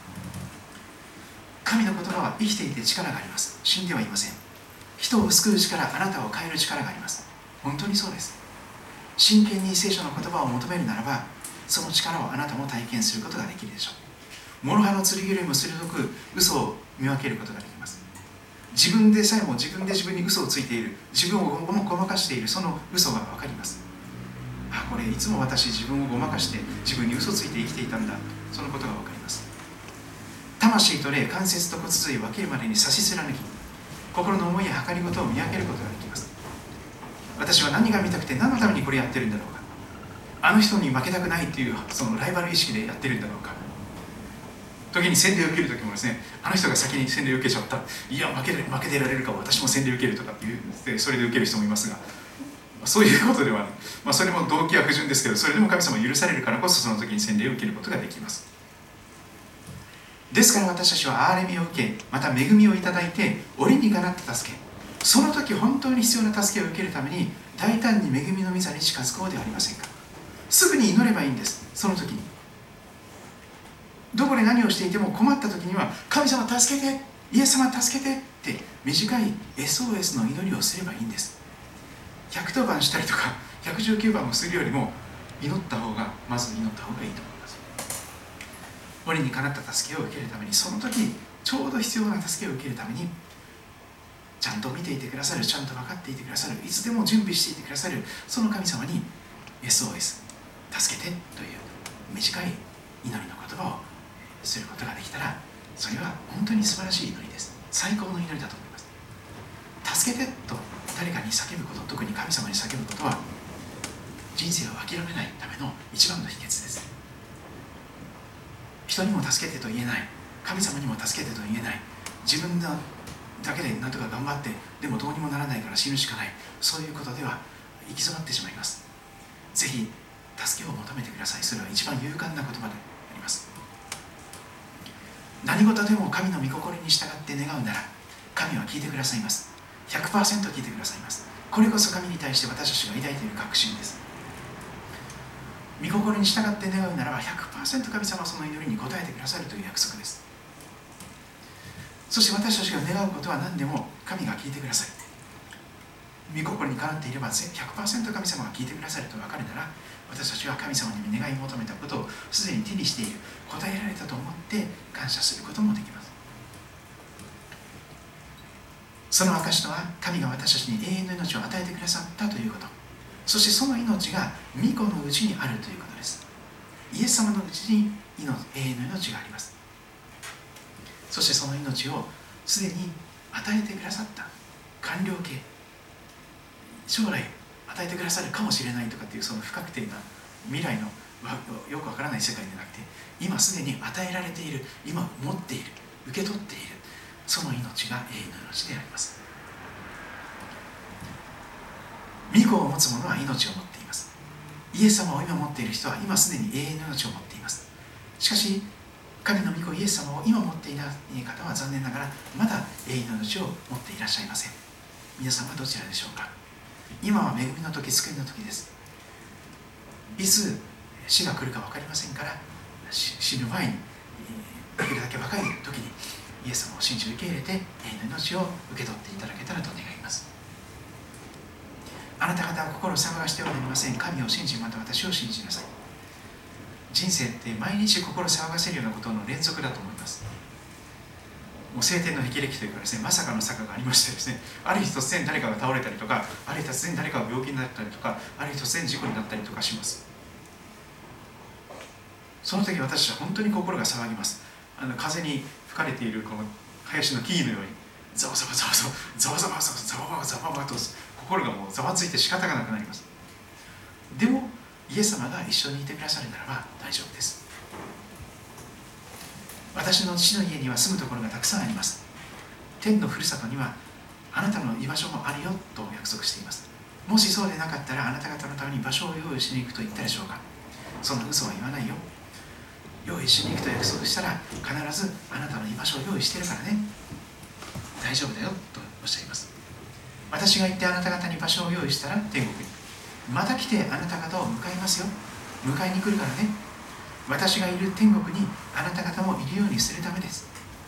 神の言葉は生きていて力があります。死んではいません。人を救う力、あなたを変える力があります。本当にそうです。真剣に聖書の言葉を求めるならば、その力をあなたも体験することができるでしょう。諸刃の剣よりも鋭く嘘を見分けることができます。自分でさえも自分で自分に嘘をついている、自分をごまかしているその嘘が分かります。あ、これいつも私自分をごまかして自分に嘘ついて生きていたんだ、そのことが分かります。魂と霊、関節と骨髄を分けるまでに差し貫き、心の思いや計りごとを見分けることができます。私は何が見たくて何のためにこれやってるんだろうか、あの人に負けたくないというそのライバル意識でやってるんだろうか。時に洗礼を受ける時もですね、あの人が先に洗礼を受けちゃった、いや負ける負けてられるか、私も洗礼を受けるとかっていう、それで受ける人もいますが、そういうことではない、まあ、それも動機は不純ですけど、それでも神様を許されるからこそその時に洗礼を受けることができます。ですから私たちは憐れみを受け、また恵みをいただいて、折にかなった助け、その時本当に必要な助けを受けるために大胆に恵みの御座に近づこうではありませんか。すぐに祈ればいいんです。その時にどこで何をしていても困った時には、神様助けて、イエス様助けてって短い エスオーエス の祈りをすればいいんです。ひゃくとおばんしたりとかひゃくじゅうきゅうばんをするよりも祈った方が、まず祈った方がいいと思います。折にかなった助けを受けるために、その時ちょうど必要な助けを受けるために、ちゃんと見ていてくださる、ちゃんと分かっていてくださる、いつでも準備していてくださるその神様に エスオーエス 助けてという短い祈りの言葉をすることができたら、それは本当に素晴らしい祈りです。最高の祈りだと思います。助けてと誰かに叫ぶこと、特に神様に叫ぶことは、人生を諦めないための一番の秘訣です。人にも助けてと言えない、神様にも助けてと言えない、自分だけで何とか頑張って、でもどうにもならないから死ぬしかない、そういうことでは行き詰まってしまいます。ぜひ助けを求めてください。それは一番勇敢な言葉であります。何事でも神の御心に従って願うなら、神は聞いてくださいます。 ひゃくパーセント 聞いてくださいます。これこそ神に対して私たちが抱いている確信です。御心に従って願うならば ひゃくパーセント 神様はその祈りに応えてくださるという約束です。そして私たちが願うことは何でも神が聞いてください。御心にかなっていれば ひゃくパーセント 神様が聞いてくださると分かるなら、私たちは神様に願い求めたことをすでに手にしている、答えられたと思って感謝することもできます。その証とは、神が私たちに永遠の命を与えてくださったということ、そしてその命が御子のうちにあるということです。イエス様のうちに永遠の命があります。そしてその命をすでに与えてくださった完了形、将来与えてくださるかもしれないとかっていうその不確定な未来のよくわからない世界でなくて、今すでに与えられている、今持っている、受け取っている、その命が永遠の命であります。御子を持つ者は命を持っています。イエス様を今持っている人は今すでに永遠の命を持っています。しかし神の御子イエス様を今持っていない方は残念ながらまだ永遠の命を持っていらっしゃいません。皆さんはどちらでしょうか。今は恵みの時、救いの時です。いつ死が来るか分かりませんから、死ぬ前にできるだけ若い時にイエス様を信じ受け入れて永遠の命を受け取っていただけたらと願います。あなた方は心を騒がしてはなりません。神を信じ、また私を信じなさい。人生って毎日心を騒がせるようなことの連続だと思います。もう晴天の霹靂というかですね、まさかの坂がありましてですね、ある日突然誰かが倒れたりとか、ある日突然誰かが病気になったりとか、ある日突然事故になったりとかします。 その時私は本当に心が騒ぎます。あの風に吹かれているこの林の木々のようにざわざわざわざわざわざわざわざわざわざわと心がもうざわついて仕方がなくなります。でもイエス様が一緒にいてくださるならば大丈夫です。私の父の家には住むところがたくさんあります。天のふるさとにはあなたの居場所もあるよと約束しています。もしそうでなかったらあなた方のために場所を用意しに行くと言ったでしょうか。そんな嘘は言わないよ。用意しに行くと約束したら必ずあなたの居場所を用意してるからね。大丈夫だよとおっしゃいます。私が行ってあなた方に場所を用意したら天国にまた来てあなた方を迎えますよ。迎えに来るからね。私がいる天国にあなた方もいるようにするためです。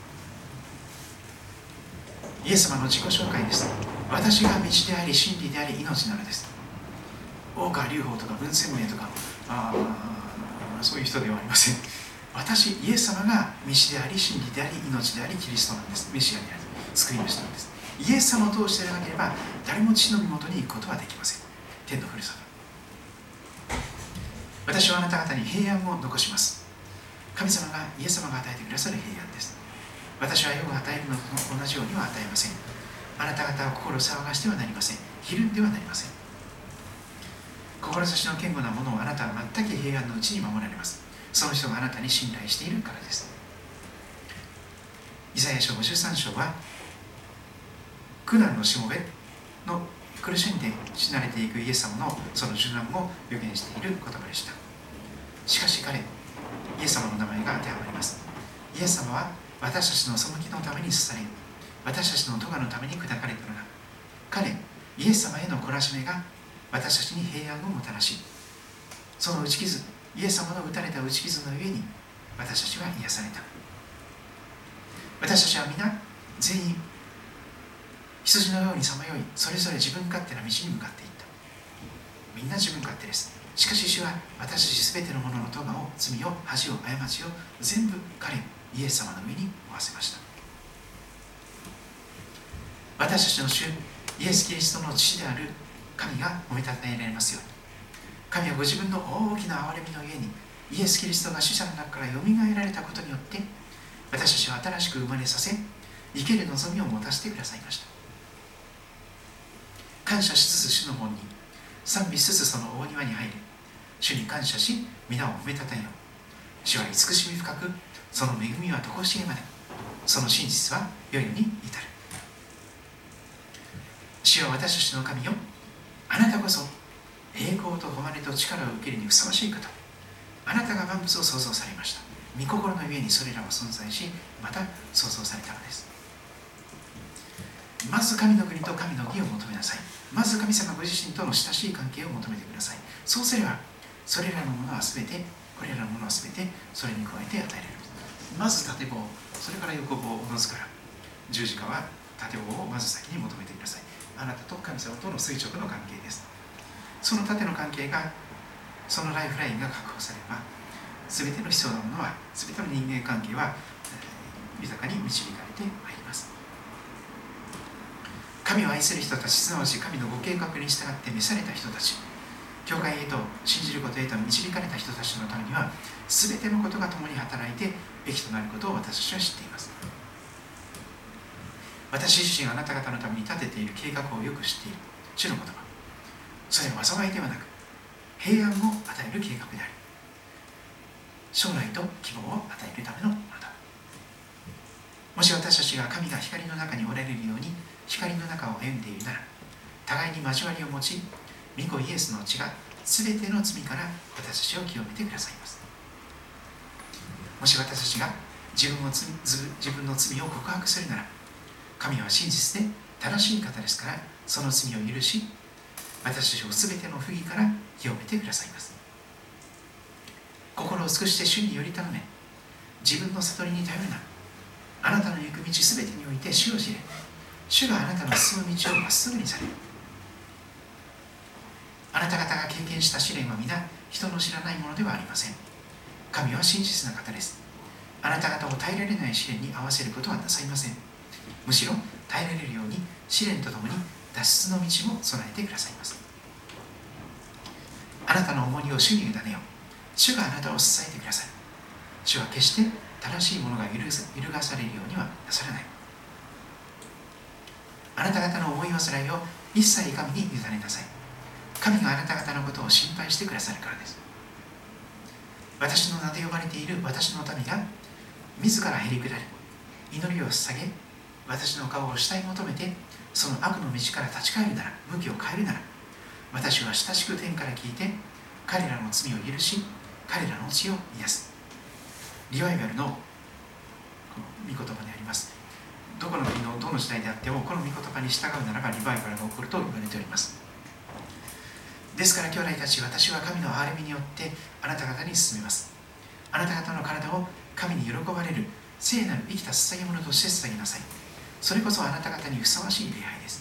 イエス様の自己紹介です。私が道であり真理であり命なのです。大川隆法とか文鮮明とかあそういう人ではありません。私イエス様が道であり真理であり命でありキリストなんです。メシアであり救い主なんです。イエス様を通してでなければ誰も父の身元に行くことはできません。天のふるさと。私はあなた方に平安を残します。神様がイエス様が与えてくださる平安です。私は世が与えるのと同じようには与えません。あなた方は心を騒がしてはなりません。ひるんではなりません。志の堅固なものをあなたは全く平安のうちに守られます。その人があなたに信頼しているからです。イザヤ書ごじゅうさん章は苦難のしもべの苦しんで死なれていくイエス様のその受難を予言している言葉でした。しかし彼、イエス様の名前が当てはまります。イエス様は私たちの背きのために刺され、私たちの咎のために砕かれたのだ。彼、イエス様への懲らしめが私たちに平安をもたらし、その打ち傷、イエス様の打たれた打ち傷の上に私たちは癒された。私たちは皆全員羊のようにさまよい、それぞれ自分勝手な道に向かっていった。みんな自分勝手です。しかし主は私たちすべてのものの咎を、罪を、恥を、過ちを全部彼、イエス様の上に負わせました。私たちの主イエス・キリストの父である神が褒めたたえられますように。神はご自分の大きな憐れみのゆえにイエス・キリストが死者の中からよみがえられたことによって私たちを新しく生まれさせ、生ける望みを持たせてくださいました。感謝しつつ主の門に、賛美しつつその大庭に入り、主に感謝し皆を褒めたたえよう。主は慈しみ深く、その恵みは常しえまで、その真実は世々に至る。主は私たちの神よ、あなたこそ栄光と誉れと力を受けるにふさわしい方。あなたが万物を創造されました。御心の上にそれらは存在し、また創造されたのです。まず神の国と神の義を求めなさい。まず神様ご自身との親しい関係を求めてください。そうすればそれらのものはすべて、これらのものはすべてそれに加えて与えられる。まず縦棒、それから横棒をおのずから、十字架は縦棒をまず先に求めてください。あなたと神様との垂直の関係です。その縦の関係が、そのライフラインが確保されれば、すべての必要なものは、すべての人間関係は、えー、豊かに導かれてまいります。神を愛する人たち、すなわち神のご計画に従って召された人たち、教会へと信じることへと導かれた人たちのためには、すべてのことが共に働いて益となることを私たちは知っています。私自身があなた方のために立てている計画をよく知っている主の言葉、それは災いではなく平安を与える計画であり、将来と希望を与えるためのものだ。もし私たちが神が光の中におられるように光の中を歩んでいるなら、互いに交わりを持ち、御子イエスの血が全ての罪から私たちを清めてくださいます。もし私たちが自分を罪自分の罪を告白するなら、神は真実で正しい方ですから、その罪を許し、私たちを全ての不義から清めてくださいます。心を尽くして主により頼め、自分の悟りに頼るな。あなたの行く道すべてにおいて主を知れ、主があなたの進む道をまっすぐにされる。あなた方が経験した試練は皆人の知らないものではありません。神は真実な方です。あなた方を耐えられない試練に合わせることはなさいません。むしろ耐えられるように試練とともに脱出の道も備えてくださいます。あなたの重荷を主に委ねよう。主があなたを支えてください。 主は決して正しいものが揺るがされるようにはなさらない。あなた方の思い煩いを一切神に委ねなさい。神があなた方のことを心配してくださるからです。私の名で呼ばれている私の民が自らへり下り祈りを捧げ、私の顔を慕い求めてその悪の道から立ち返るなら、向きを変えるなら、私は親しく天から聞いて彼らの罪を許し、彼らの血を癒す。リバイバルのこの御言葉であります。どこの国のどの時代であってもこの御言葉に従うならばリバイバルが起こると言われております。ですから兄弟たち、私は神の憐れみによってあなた方に進めます。あなた方の体を神に喜ばれる聖なる生きた捧げ物として捧げなさい。それこそあなた方にふさわしい礼拝です。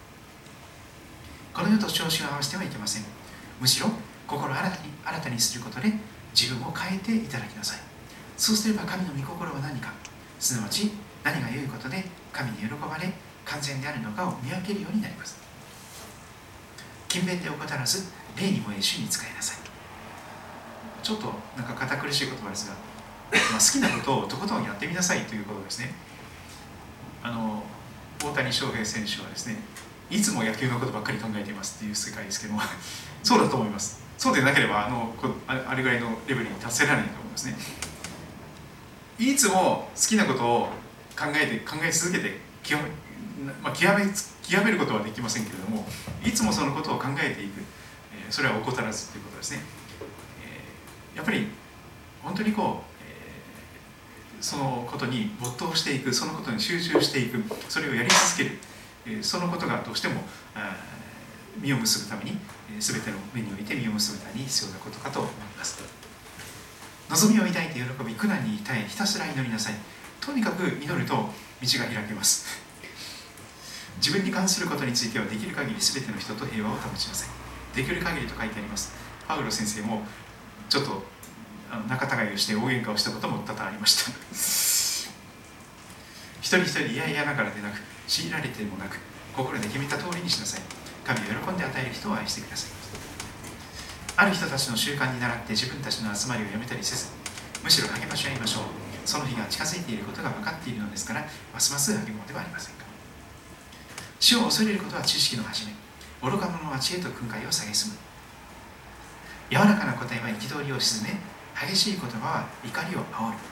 この世と調子を合わせてはいけません。むしろ心を新たに新たにすることで自分を変えていただきなさい。そうすれば神の御心は何か、すなわち何が良いことで神に喜ばれ完全であるのかを見分けるようになります。勤勉で怠らず礼に燃え主に仕えなさい。ちょっとなんか堅苦しい言葉ですが、まあ、好きなことをとことんやってみなさいということですね。あの大谷翔平選手はですね、いつも野球のことばっかり考えていますっていう世界ですけどもそうだと思います。そうでなければあのあれぐらいのレベルに達せられないと思いますね。いつも好きなことを考えて考え続けて極め、まあ、極め極めることはできませんけれども、いつもそのことを考えていく、えー、それは怠らずということですね。えー、やっぱり本当にこう、えー、そのことに没頭していく、そのことに集中していく、それをやり続ける、えー、そのことがどうしても実を結ぶために、えー、全ての目において実を結ぶために必要なことかと思います。望みを抱いて喜び、苦難に耐えひたすら祈りなさい。とにかく祈ると道が開けます。自分に関することについてはできる限り全ての人と平和を保ちなさい。できる限りと書いてあります。パウロ先生もちょっと仲違いをして大喧嘩をしたことも多々ありました一人一人嫌々ながらでなく、強いられてもなく、心で決めた通りにしなさい。神を喜んで与える人を愛してください。ある人たちの習慣に倣って自分たちの集まりをやめたりせず、むしろ励まし合いましょう。その日が近づいていることが分かっているのですから、ますます励もうではありませんか。主を恐れることは知識の始め、愚か者は知恵と訓戒を蔑む。柔らかな答えは憤りを鎮め、激しい言葉は怒りを煽る。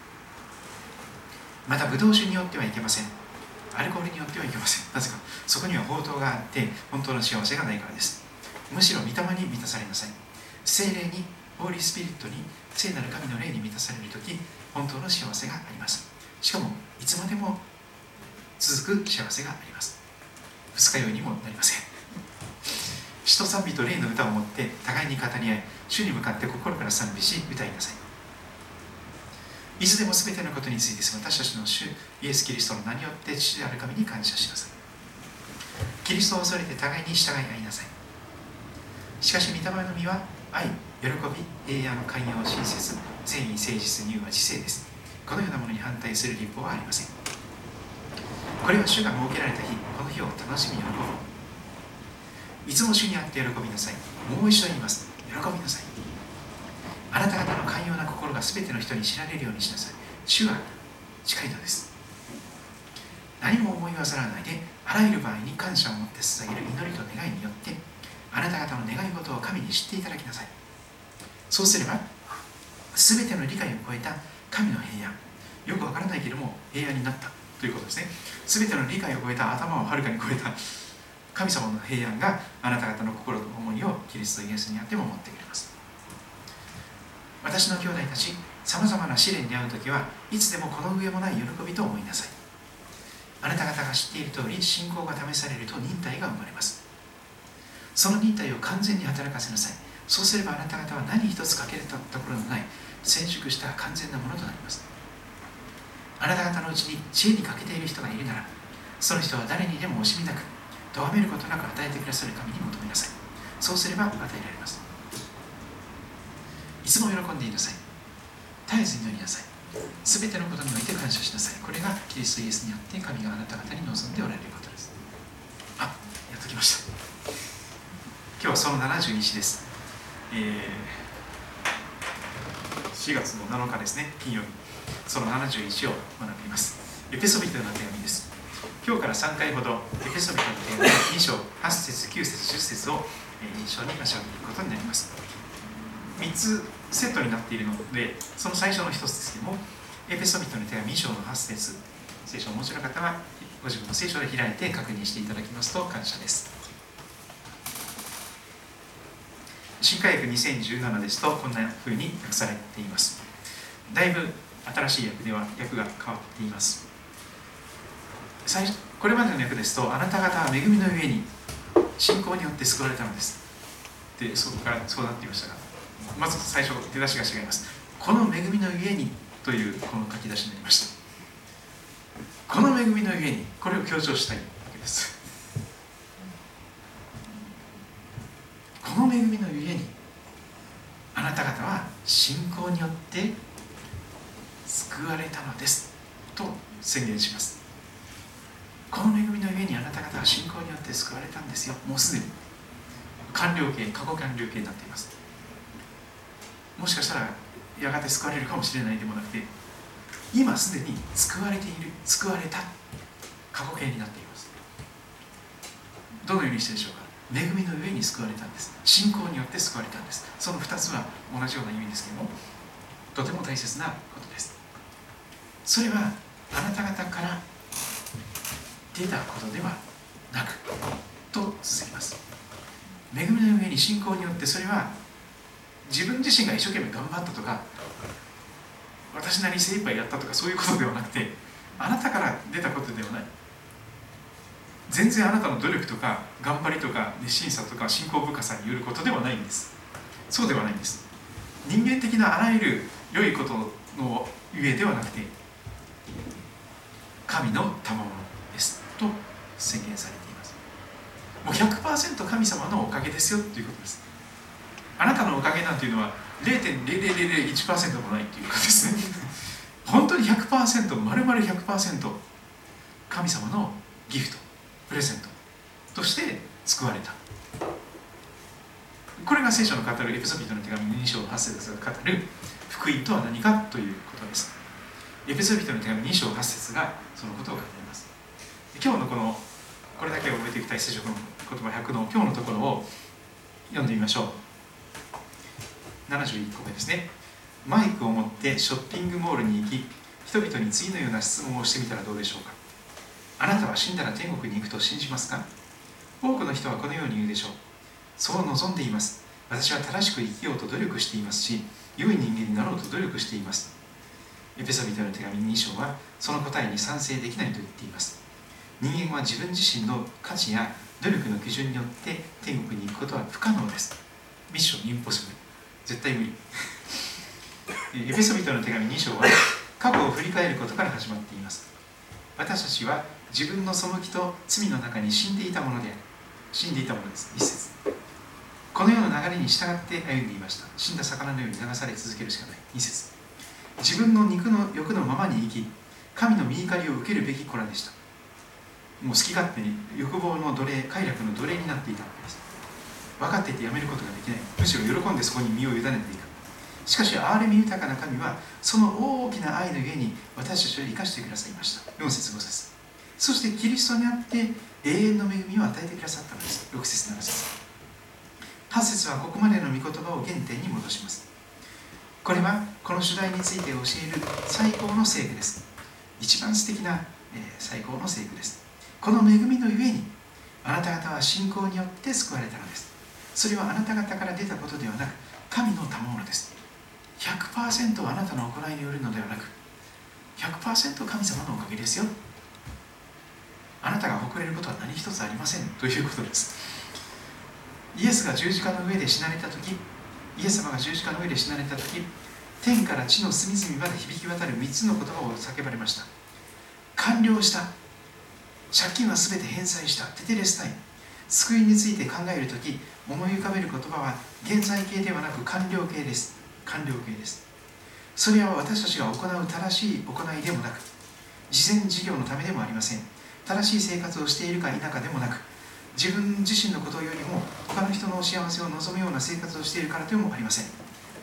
またブドウ酒によってはいけません。アルコールによってはいけません。なぜか、そこには法灯があって本当の幸せがないからです。むしろ御霊に満たされなさい。聖霊に、ホーリースピリットに、聖なる神の霊に満たされるとき、本当の幸せがあります。しかもいつまでも続く幸せがあります。二日酔いにもなりません。詩と賛美と霊の歌を持って互いに語り合い、主に向かって心から賛美し歌いなさい。いつでも全てのことについて私たちの主イエス・キリストの名によって父である神に感謝しなさい。キリストを恐れて互いに従い合いなさい。しかし御霊の実は愛、喜び、平安、寛容、親切、善意、誠実、柔和、知性です。このようなものに反対する立法はありません。これは主が設けられた日、この日を楽しみ喜ぶ。いつも主にあって喜びなさい。もう一度言います。喜びなさい。あなた方の寛容な心が全ての人に知られるようにしなさい。主は近いのです。何も思い煩わないで、あらゆる場合に感謝を持って捧げる祈りと願いによって、あなた方の願い事を神に知っていただきなさい。そうすれば、全ての理解を超えた神の平安、よくわからないけれども平安になったということですね。全ての理解を超えた、頭をはるかに超えた神様の平安があなた方の心と思いをキリストイエスにあっても持ってくれます。私の兄弟たち、さまざまな試練に遭うときはいつでもこの上もない喜びと思いなさい。あなた方が知っている通り、信仰が試されると忍耐が生まれます。その忍耐を完全に働かせなさい。そうすればあなた方は何一つ欠けたところのない成熟した完全なものとなります。あなた方のうちに知恵に欠けている人がいるなら、その人は誰にでも惜しみなく、咎めることなく与えてくださる神に求めなさい。そうすれば与えられます。いつも喜んでいなさい。絶えず祈りなさい。すべてのことにおいて感謝しなさい。これがキリストイエスにあって神があなた方に望んでおられることです。あ、やっときました。今日はそのななじゅうに詩です。えー、 しがつのなのかですね、金曜日、そのななじゅういちを学びます。エペソビトへの手紙です。今日からさんかいほどエペソビトの手紙に章はち節きゅう節じゅっ節を印象に足を上げていくことになります。みっつセットになっているので、その最初のひとつですけども、エペソビトの手紙に章のはち節、聖書をお持ちの方はご自分の聖書で開いて確認していただきますと感謝です。新海訳にせんじゅうななですとこんな風に訳されています。だいぶ新しい訳では訳が変わっています。最初これまでの訳ですと、あなた方は恵みのゆえに信仰によって救われたのですで、そこからそうなっていましたが、まず最初出だしが違います。この恵みのゆえにというこの書き出しになりました。この恵みのゆえに、これを強調したいわけです。この恵みのゆえにあなた方は信仰によって救われたのですと宣言します。この恵みのゆえにあなた方は信仰によって救われたんですよ。もうすでに完了形、過去完了形になっています。もしかしたらやがて救われるかもしれないでもなくて、今すでに救われている、救われた過去形になっています。どのようにしてでしょうか。恵みのゆえに救われたんです。信仰によって救われたんです。そのふたつは同じような意味ですけれども、とても大切なことです。それはあなた方から出たことではなくと続きます。恵みのゆえに信仰によって、それは自分自身が一生懸命頑張ったとか、私なりに精一杯やったとか、そういうことではなくて、あなたから出たことではない。全然あなたの努力とか頑張りとか熱心さとか信仰深さによることではないんです。そうではないんです。人間的なあらゆる良いことのゆえではなくて、神の賜物ですと宣言されています。もう ひゃくパーセント 神様のおかげですよということです。あなたのおかげなんていうのは ゼロてんゼロゼロゼロゼロいちパーセント もないということですね。本当に ひゃくパーセント、丸々 ひゃくパーセント 神様のギフト、プレゼントとして救われた。これが聖書の語るエペソビトの手紙に章はち節が語る福音とは何かということです。エペソビトの手紙に章はち節がそのことを語ります。今日のこのこれだけ覚えていきたい聖書の言葉ひゃくの今日のところを読んでみましょう。ななじゅういっこめですね。マイクを持ってショッピングモールに行き、人々に次のような質問をしてみたらどうでしょうか。あなたは死んだら天国に行くと信じますか。多くの人はこのように言うでしょう。そう望んでいます。私は正しく生きようと努力していますし、良い人間になろうと努力しています。エペソビトの手紙に章はその答えに賛成できないと言っています。人間は自分自身の価値や努力の基準によって天国に行くことは不可能です。ミッションインポッシブル、絶対無理。エペソビトの手紙に章は過去を振り返ることから始まっています。私たちは自分の背きと罪の中に死んでいたものである。死んでいたものです。一節。この世の流れに従って歩んでいました。死んだ魚のように流され続けるしかない。二節。自分の肉の欲のままに生き、神の御怒りを受けるべき子らでした。もう好き勝手に欲望の奴隷、快楽の奴隷になっていたわけです。分かっていてやめることができない。むしろ喜んでそこに身を委ねていく。しかし憐れみ豊かな神はその大きな愛のゆえに私たちを生かしてくださいました。よん節ご節。そしてキリストにあって永遠の恵みを与えてくださったのです。ろく節なな節。はち節はここまでの御言葉を原点に戻します。これはこの主題について教える最高の聖句です。一番素敵な、えー、最高の聖句です。この恵みのゆえにあなた方は信仰によって救われたのです。それはあなた方から出たことではなく神の賜物です。ひゃくパーセント あなたの行いによるのではなく ひゃくパーセント 神様のおかげですよ。あなたが誇れることは何一つありませんということです。イエスが十字架の上で死なれたとき、イエス様が十字架の上で死なれたとき、天から地の隅々まで響き渡るみっつの言葉を叫ばれました。完了した。借金はすべて返済した。テテレスタイ。救いについて考えるとき、思い浮かべる言葉は現在形ではなく完了形です。完了形です。それは私たちが行う正しい行いでもなく、慈善事業のためでもありません。正しい生活をしているか否かでもなく、自分自身のことよりも他の人の幸せを望むような生活をしているからでもありません。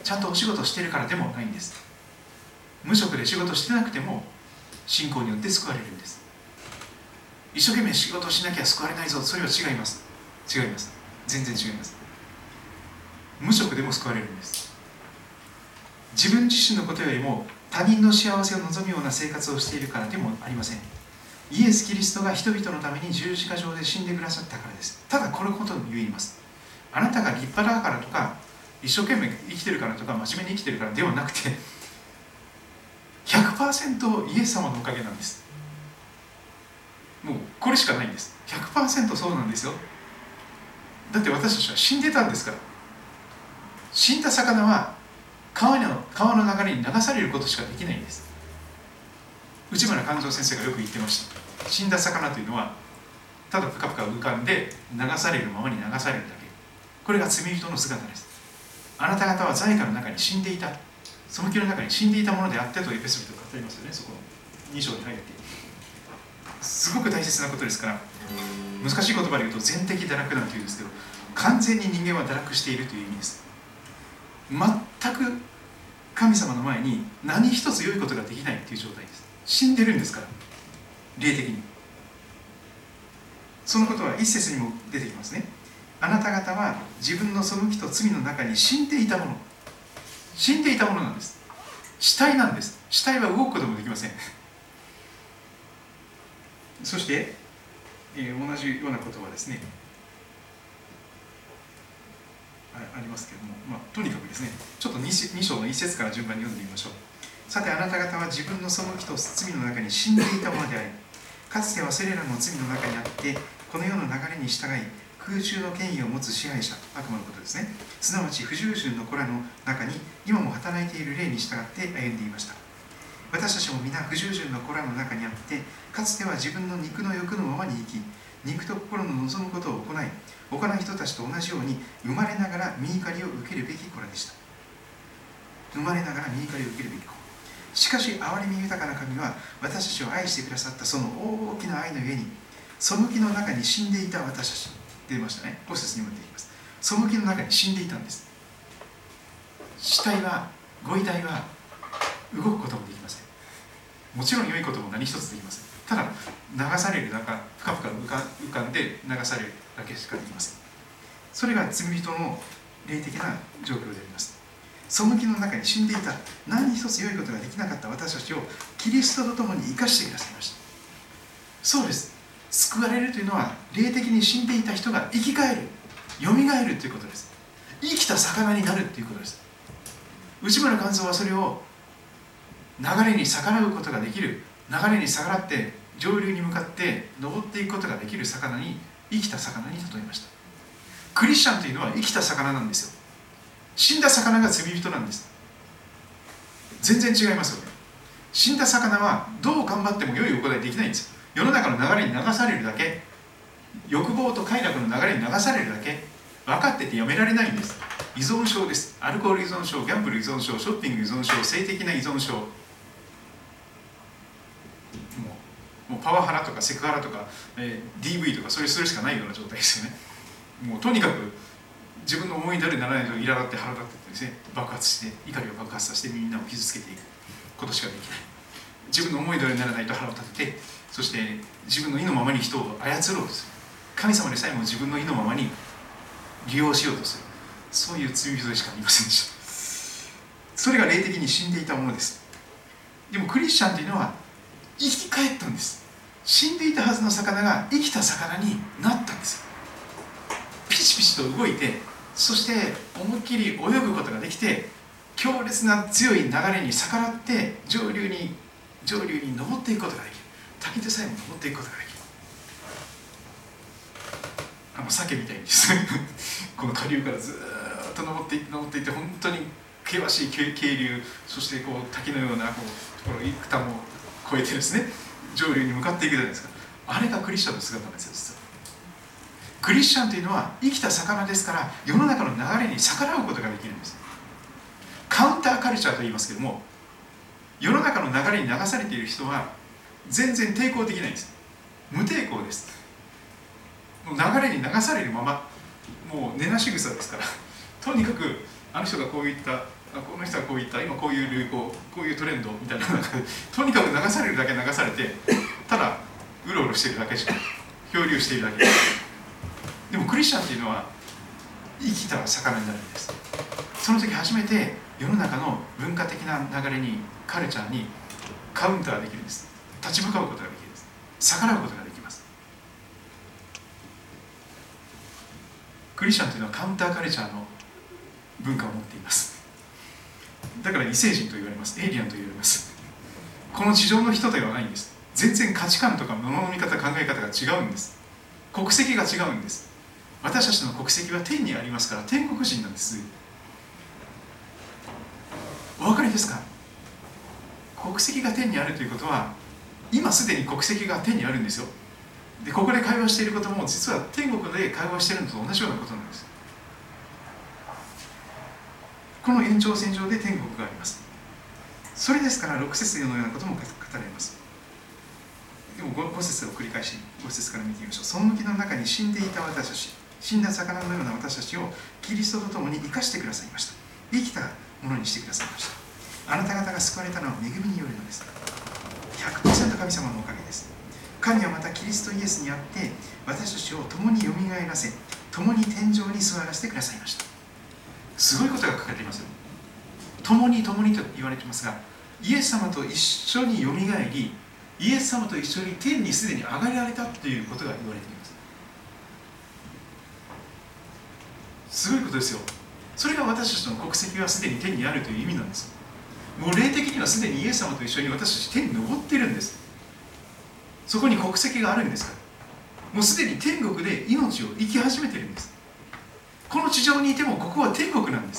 ちゃんとお仕事してるからでもないんです。無職で仕事してなくても信仰によって救われるんです。一生懸命仕事をしなきゃ救われないぞ、それは違います。違います。全然違います。無職でも救われるんです。自分自身のことよりも他人の幸せを望むような生活をしているからでもありません。イエス・キリストが人々のために十字架上で死んでくださったからです。ただこのことを言います。あなたが立派だからとか一生懸命生きてるからとか真面目に生きてるからではなくて ひゃくパーセント イエス様のおかげなんです。もうこれしかないんです。 ひゃくパーセント そうなんですよ。だって私たちは死んでたんですから。死んだ魚は川の、川の流れに流されることしかできないんです。内村勘三先生がよく言ってました。死んだ魚というのはただぷかぷか浮かんで流されるままに流されるだけ。これが罪人の姿です。あなた方は罪悪の中に死んでいた、その気の中に死んでいたものであってとエペソビトが語りますよね。そこのに章に入ってすごく大切なことですから。難しい言葉で言うと全的堕落なんていうんですけど、完全に人間は堕落しているという意味です。全く神様の前に何一つ良いことができないという状態です。死んでるんですから、霊的に。そのことは一節にも出てきますね。あなた方は自分の背きと罪の中に死んでいたもの、死んでいたものなんです。死体なんです。死体は動くこともできません。そして、えー、同じようなことはですね あ, ありますけれども、まあ、とにかくですね、ちょっと 2, 2章のいち節から順番に読んでみましょう。さてあなた方は自分の背きと罪の中に死んでいたものであり、かつてはそれらの罪の中にあってこの世の流れに従い空中の権威を持つ支配者、悪魔のことですね、すなわち不従順の子らの中に今も働いている霊に従って歩んでいました。私たちも皆不従順の子らの中にあって、かつては自分の肉の欲のままに生き、肉と心の望むことを行い、行う人たちと同じように生まれながら御怒りを受けるべき子らでした。生まれながら御怒りを受けるべき子。しかし憐れみ豊かな神は私たちを愛してくださったその大きな愛のゆえに、背きの中に死んでいた私たち、出ましたね。ご節にも出てきます。背きの中に死んでいたんです。死体は、ご遺体は動くこともできません。もちろん良いことも何一つできません。ただ流される中、ぷかぷか浮かんで流されるだけしかできません。それが罪人の霊的な状況であります。背きの中に死んでいた、何一つ良いことができなかった私たちをキリストと共に生かしてくださいました。そうです。救われるというのは霊的に死んでいた人が生き返る、よみがえるということです。生きた魚になるということです。内村勘三はそれを流れに逆らうことができる、流れに逆らって上流に向かって登っていくことができる魚に、生きた魚に例えました。クリスチャンというのは生きた魚なんですよ。死んだ魚が罪人なんです。全然違いますよね。死んだ魚はどう頑張っても良い行いできないんですよ。世の中の流れに流されるだけ、欲望と快楽の流れに流されるだけ、分かっててやめられないんです。依存症です。アルコール依存症、ギャンブル依存症、ショッピング依存症、性的な依存症、もう、もうパワハラとかセクハラとか、えー、ディーブイ とかそういうそれしかないような状態ですよね。もうとにかく自分の思い通りにならないと苛立って腹立ってですね、爆発して怒りを爆発させてみんなを傷つけていくことしかできない。自分の思い通りにならないと腹を立てて、そして自分の意のままに人を操ろうとする。神様でさえも自分の意のままに利用しようとする。そういう罪人でしかありませんでした。それが霊的に死んでいたものです。でもクリスチャンというのは生き返ったんです。死んでいたはずの魚が生きた魚になったんですよ。ピチピチと動いて、そして思いっきり泳ぐことができて、強烈な強い流れに逆らって上流に上流に登っていくことができる。滝でさえも登っていくことができる。あの鮭みたいにですねこの下流からずっと登っていって登っていって、本当に険しい渓流、そしてこう滝のようなこうところ、幾多も越えてですね、上流に向かっていくじゃないですか。あれがクリスチャンの姿なんですよ。実はクリスチャンというのは生きた魚ですから、世の中の流れに逆らうことができるんです。カウンターカルチャーと言いますけども、世の中の流れに流されている人は全然抵抗できないんです。無抵抗です。もう流れに流されるまま、もう根なし草ですからとにかくあの人がこういったあこの人はこういった今こういう流行こういうトレンドみたいな中でとにかく流されるだけ流されてただうろうろしているだけしか漂流しているだけでもクリスチャンっていうのは生きた魚になるんです。その時初めて世の中の文化的な流れにカルチャーにカウンターできるんです。立ち向かうことができるんです。逆らうことができます。クリスチャンというのはカウンターカルチャーの文化を持っています。だから異星人と言われます。エイリアンと言われます。この地上の人ではないんです。全然価値観とか物の見方考え方が違うんです。国籍が違うんです。私たちの国籍は天にありますから天国人なんです。お分かりですか？国籍が天にあるということは今すでに国籍が天にあるんですよ。でここで会話していることも実は天国で会話しているのと同じようなことなんです。この延長線上で天国があります。それですからろく節のようなことも語られます。でも ご, ご節を繰り返しご節から見てみましょう。その向きの中に死んでいた私たち、死んだ魚のような私たちをキリストと共に生かしてくださいました。生きたものにしてくださいました。あなた方が救われたのは恵みによるのです。 ひゃくパーセント 神様のおかげです。神はまたキリストイエスにあって私たちを共によみがえらせ、共に天井に座らせてくださいました。すごいことが書かれていますよ。共に共にと言われていますが、イエス様と一緒によみがえり、イエス様と一緒に天にすでに上がられたということが言われています。すごいことですよ。それが私たちの国籍はすでに天にあるという意味なんです。もう霊的にはすでにイエス様と一緒に私たち天に昇っているんです。そこに国籍があるんですから、もうすでに天国で命を生き始めているんです。この地上にいてもここは天国なんです。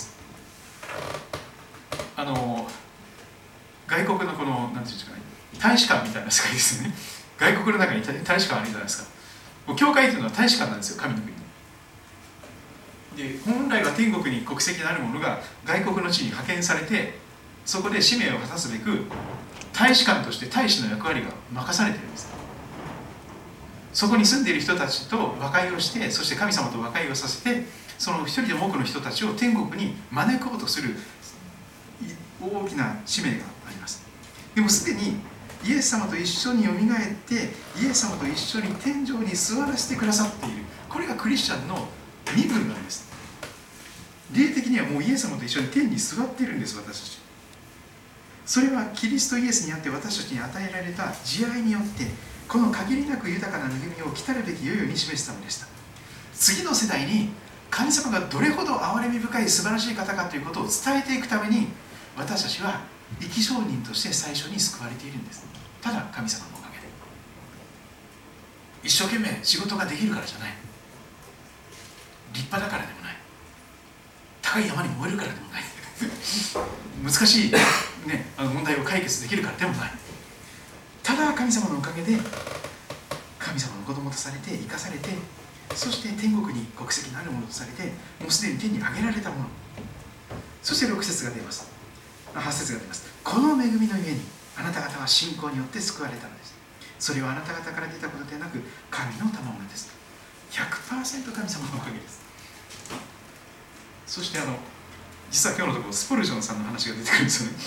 あの外国のこの何ていうんですかね、大使館みたいな世界ですよね。外国の中に大使館あるじゃないですか。もう教会というのは大使館なんですよ、神の国で。本来は天国に国籍のある者が外国の地に派遣されて、そこで使命を果たすべく大使館として大使の役割が任されているんです。そこに住んでいる人たちと和解をして、そして神様と和解をさせて、その一人でも多くの人たちを天国に招こうとする大きな使命があります。でもすでにイエス様と一緒によみがえって、イエス様と一緒に天井に座らせてくださっている。これがクリスチャンの身分なんです。霊的にはもうイエス様と一緒に天に座っているんです、私たち。それはキリストイエスにあって私たちに与えられた慈愛によって、この限りなく豊かな恵みを来たるべき世々に示すためでした。次の世代に神様がどれほど憐れみ深い素晴らしい方かということを伝えていくために、私たちは生き証人として最初に救われているんです。ただ神様のおかげで。一生懸命仕事ができるからじゃない、立派だからでもない、高い山に燃えるからでもない難しい、ね、あの問題を解決できるからでもない。ただ神様のおかげで神様の子供とされて生かされて、そして天国に国籍のあるものとされて、もうすでに天に上げられたもの。そしてろく節が出ます。はち節が出ます。この恵みのゆえにあなた方は信仰によって救われたのです。それはあなた方から出たことでなく神の賜物です。 ひゃくパーセント 神様のおかげです。そしてあの実は今日のところスポルジョンさんの話が出てくるんですよね。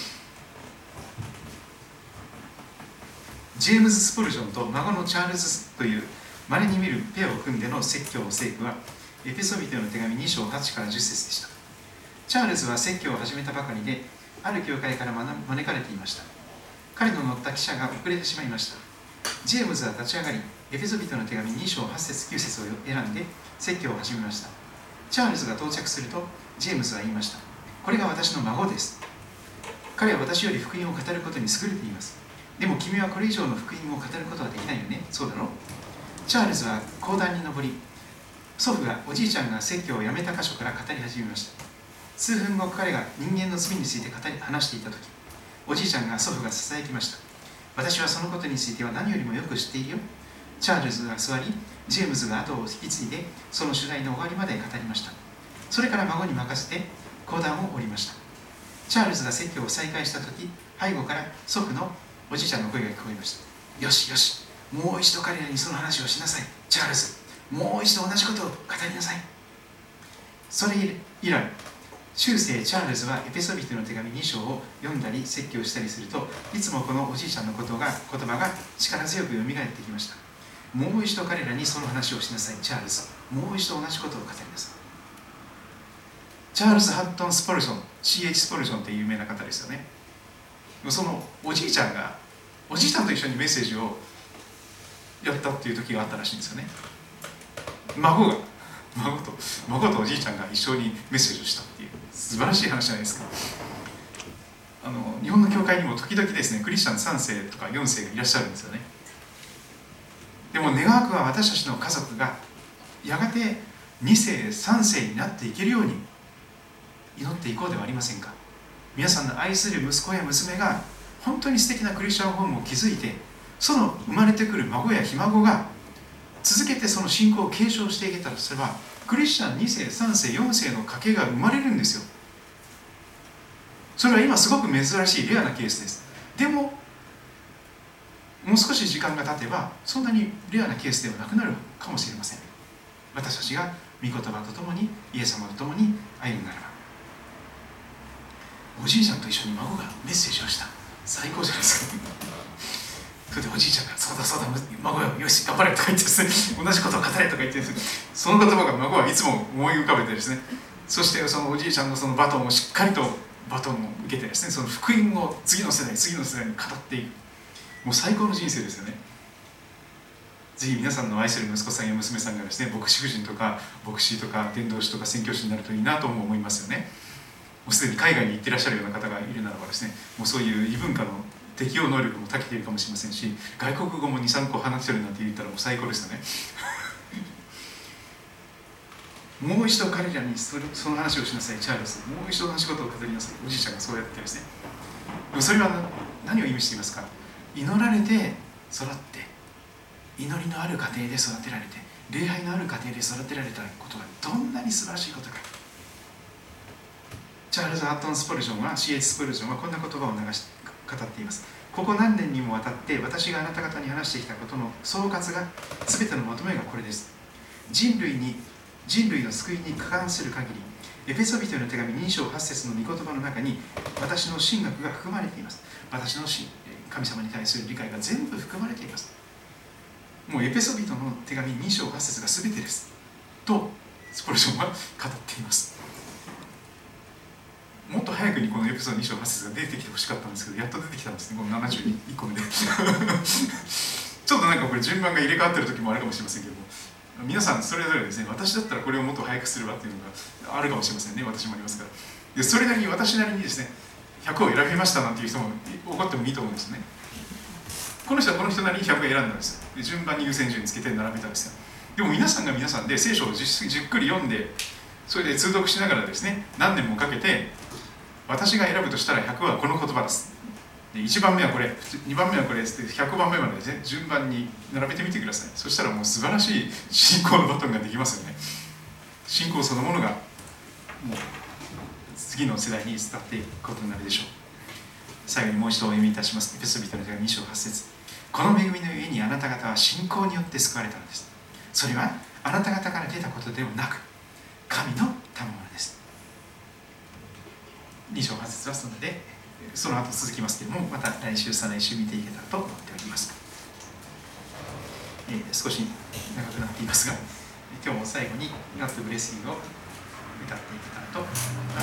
ジェームズ・スポルジョンと孫のチャールズという稀に見るペアを組んでの説教の聖句はエペソビテの手紙に章はちからじゅっ節でした。チャールズは説教を始めたばかりで、ある教会から招かれていました。彼の乗った汽車が遅れてしまいました。ジェームズは立ち上がり、エペソビテの手紙に章はち節きゅう節を選んで説教を始めました。チャールズが到着すると、ジェームズは言いました。これが私の孫です。彼は私より福音を語ることに優れています。でも君はこれ以上の福音を語ることはできないよね。そうだろう。チャールズは講談に登り、祖父がおじいちゃんが説教をやめた箇所から語り始めました。数分後、彼が人間の罪について語り話していたとき、おじいちゃんが祖父がささやきました。私はそのことについては何よりもよく知っているよ。チャールズが座り、ジェームズが後を引き継いで、その取材の終わりまで語りました。それから孫に任せて講談を降りました。チャールズが説教を再開したとき、背後から祖父のおじいちゃんの声が聞こえました。よしよし、もう一度彼らにその話をしなさい。チャールズ、もう一度同じことを語りなさい。それ以来、 中世チャールズはエペソビトの手紙に章を読んだり説教したりすると、いつもこのおじいちゃんのことが言葉が力強く蘇ってきました。もう一度彼らにその話をしなさい、チャールズ。もう一度同じことを語りなさい。チャールズ・ハットン・スポルジョン、シーエイチ スポルジョンっていう有名な方ですよね。そのおじいちゃんが、おじいちゃんと一緒にメッセージをやったっていう時があったらしいんですよね。孫が、孫と、孫とおじいちゃんが一緒にメッセージをしたっていう素晴らしい話じゃないですか。あの日本の教会にも時々ですね、クリスチャンさん世とかよん世がいらっしゃるんですよね。でも願わくは私たちの家族がやがてに世さん世になっていけるように祈っていこうではありませんか。皆さんの愛する息子や娘が本当に素敵なクリスチャンホームを築いて、その生まれてくる孫やひ孫が続けてその信仰を継承していけたとすれば、クリスチャンに世さん世よん世の家系が生まれるんですよ。それは今すごく珍しいレアなケースです。でももう少し時間が経てばそんなにレアなケースではなくなるかもしれません。私たちが御言葉とともにイエス様とともに歩むならば。おじいちゃんと一緒に孫がメッセージをした。最高じゃないですか。それでおじいちゃんがそうだそうだ孫よ、よし頑張れとか言ってですね、同じことを語れとか言ってですね、その言葉が孫はいつも思い浮かべてですね、そしてそのおじいちゃんのそのバトンをしっかりとバトンを受けてですね、その福音を次の世代次の世代に語っていく。もう最高の人生ですよね。ぜひ皆さんの愛する息子さんや娘さんがですね、牧師夫人とか牧師とか伝道師とか宣教師になるといいなとも思いますよね。もうすでに海外に行ってらっしゃるような方がいるならばですね、もうそういう異文化の適応能力も長けているかもしれませんし、外国語もにさんこ話せるなんて言ったらもう最高ですよね。もう一度彼らにそれその話をしなさい、チャールズ。もう一度同じことを語りなさい。おじいちゃんがそうやってですね。でもそれは何を意味していますか。祈られて育って、祈りのある家庭で育てられて、礼拝のある家庭で育てられたことがどんなに素晴らしいことか。チャールズ・ハットン・スポルジョンは シーエイチ スポルジョンはこんな言葉を流し語っています。ここ何年にもわたって私があなた方に話してきたことの総括が全てのまとめがこれです。人類に人類の救いに関する限り、エペソビトへの手紙に章はち節の御言葉の中に私の神学が含まれています。私の神様に対する理解が全部含まれています。もうエペソビトの手紙に章はち節が全てですとスポルジョンは語っています。もっと早くにこのエピソードに章はち節が出てきてほしかったんですけど、やっと出てきたんですね、このななじゅういっこめで。ちょっとなんかこれ順番が入れ替わってる時もあるかもしれませんけども、皆さんそれぞれですね、私だったらこれをもっと早くするわっていうのがあるかもしれませんね。私もありますから。でそれなりに私なりにですね、ひゃくを選びましたなんていう人も怒ってもいいと思うんですね。この人はこの人なりにひゃくを選んだんですよ。で順番に優先順位つけて並べたんですよ。でも皆さんが皆さんで聖書をじっくり読んで、それで通読しながらですね、何年もかけて、私が選ぶとしたらひゃくはこの言葉です。でいちばんめはこれ、にばんめはこれですってひゃくばんめまでですね、順番に並べてみてください。そしたらもう素晴らしい信仰のバトンができますよね。信仰そのものがもう次の世代に伝っていくことになるでしょう。最後にもう一度お読みいたします。エペソビトの手紙に章はち節。この恵みの上にあなた方は信仰によって救われたのです。それはあなた方から出たことではなく、神の賜物です。に章はち節はそので、その後続きますけれども、また来週再来週見ていけたらと思っております。えー、少し長くなっていますが、今日も最後に God Bless You を歌っていけたらと思います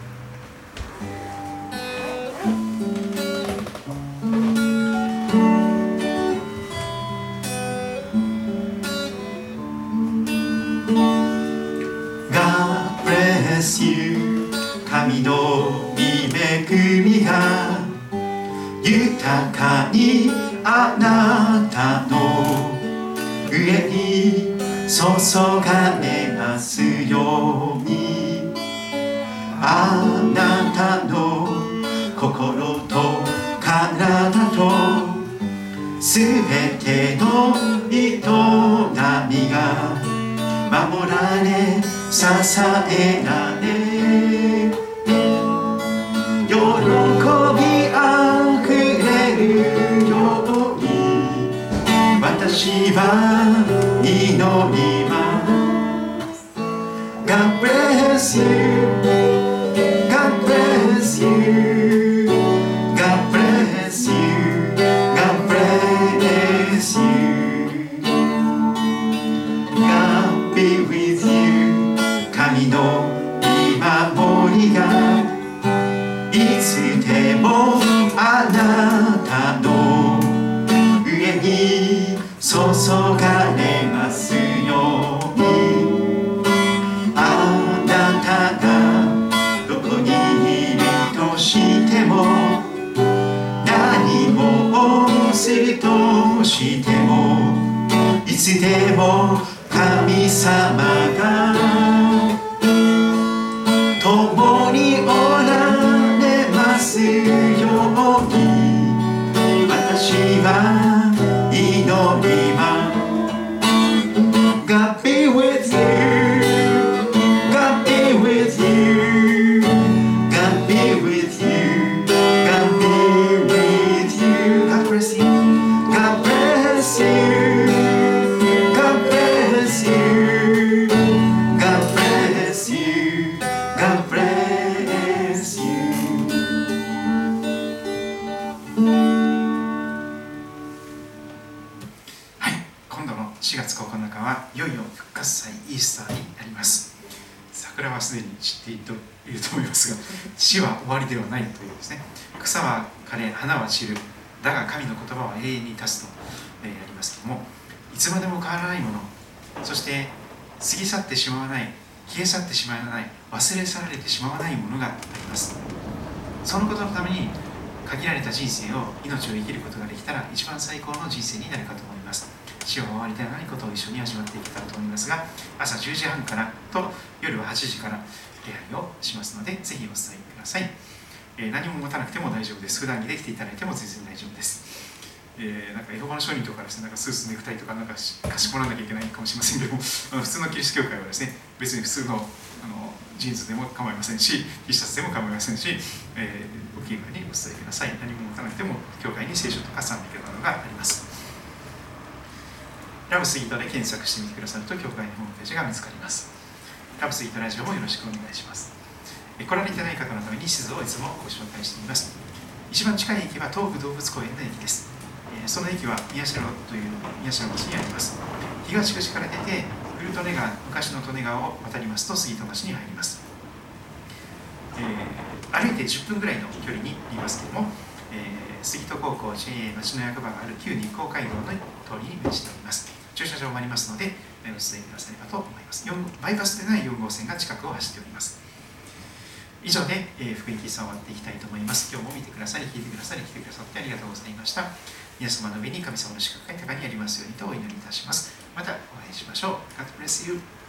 。God bless you、 神の恵みが豊かにあなたの上に注がれますように、あなたの心と体とすべての営みが守られ支えられ、喜びあふれるように私は祈ります。 God bless you 注がれますように。あなたがどこにいるとしても、何をするとしても、いつでも神様が共におられますように。私は祈ります。 God be with you, God be with you, God be with you, God be with you. God bless you, God bless you, God bless you, God bless you, God bless you. はい、今度のしがつここのかはいよいよ復活祭イースターになります。桜はすでに散っているといると思いますが、死は終わりではないというですね。草は枯れ、花は散る、だが神の言葉は永遠に立つと、えー、ありますけども、いつまでも変わらないもの、そして過ぎ去ってしまわない、消え去ってしまわない、忘れ去られてしまわないものがあります。そのことのために限られた人生を、命を生きることができたら一番最高の人生になるかと思います。死は終わりではないことを一緒に味わっていけたらと思いますが、朝じゅうじはんからと夜ははちじから礼拝をしますので、ぜひお伝えください。えー、何も持たなくても大丈夫です。普段にできていただいても全然大丈夫です。えー、なんかエホバの証人とかですね、なんかスーツネクタイとかなんかかしこらなきゃいけないかもしれませんけども、あの普通のキリスト教会はですね、別に普通の、あのジーンズでも構いませんし、T シャツでも構いませんし、えー、お気軽にお伝えください。何も持たなくても教会に聖書とか賛美歌などがあります。ラブスイートで検索してみてくださると教会のホームページが見つかります。ラブスイートラジオもよろしくお願いします。え来られてない方のために地図をいつもご紹介しています。一番近い駅は東武動物公園の駅です。えその駅は宮代という宮代町にあります。東口から出て古利根川、昔の利根川を渡りますと杉戸町に入ります。えー、歩いてじゅっぷんぐらいの距離にいますけれども、えー、杉戸高校 ジェイエー 町の役場がある旧日光街道の通りに面しております。駐車場もありますので、お伝えくださればと思います。バイパスでないよん号線が近くを走っております。以上で、えー、福音喫茶を終わっていきたいと思います。今日も見てくださり、聞いてくださり、来てくださってありがとうございました。皆様の上に神様の祝福が豊かにありますようにとお祈りいたします。またお会いしましょう。God bless you.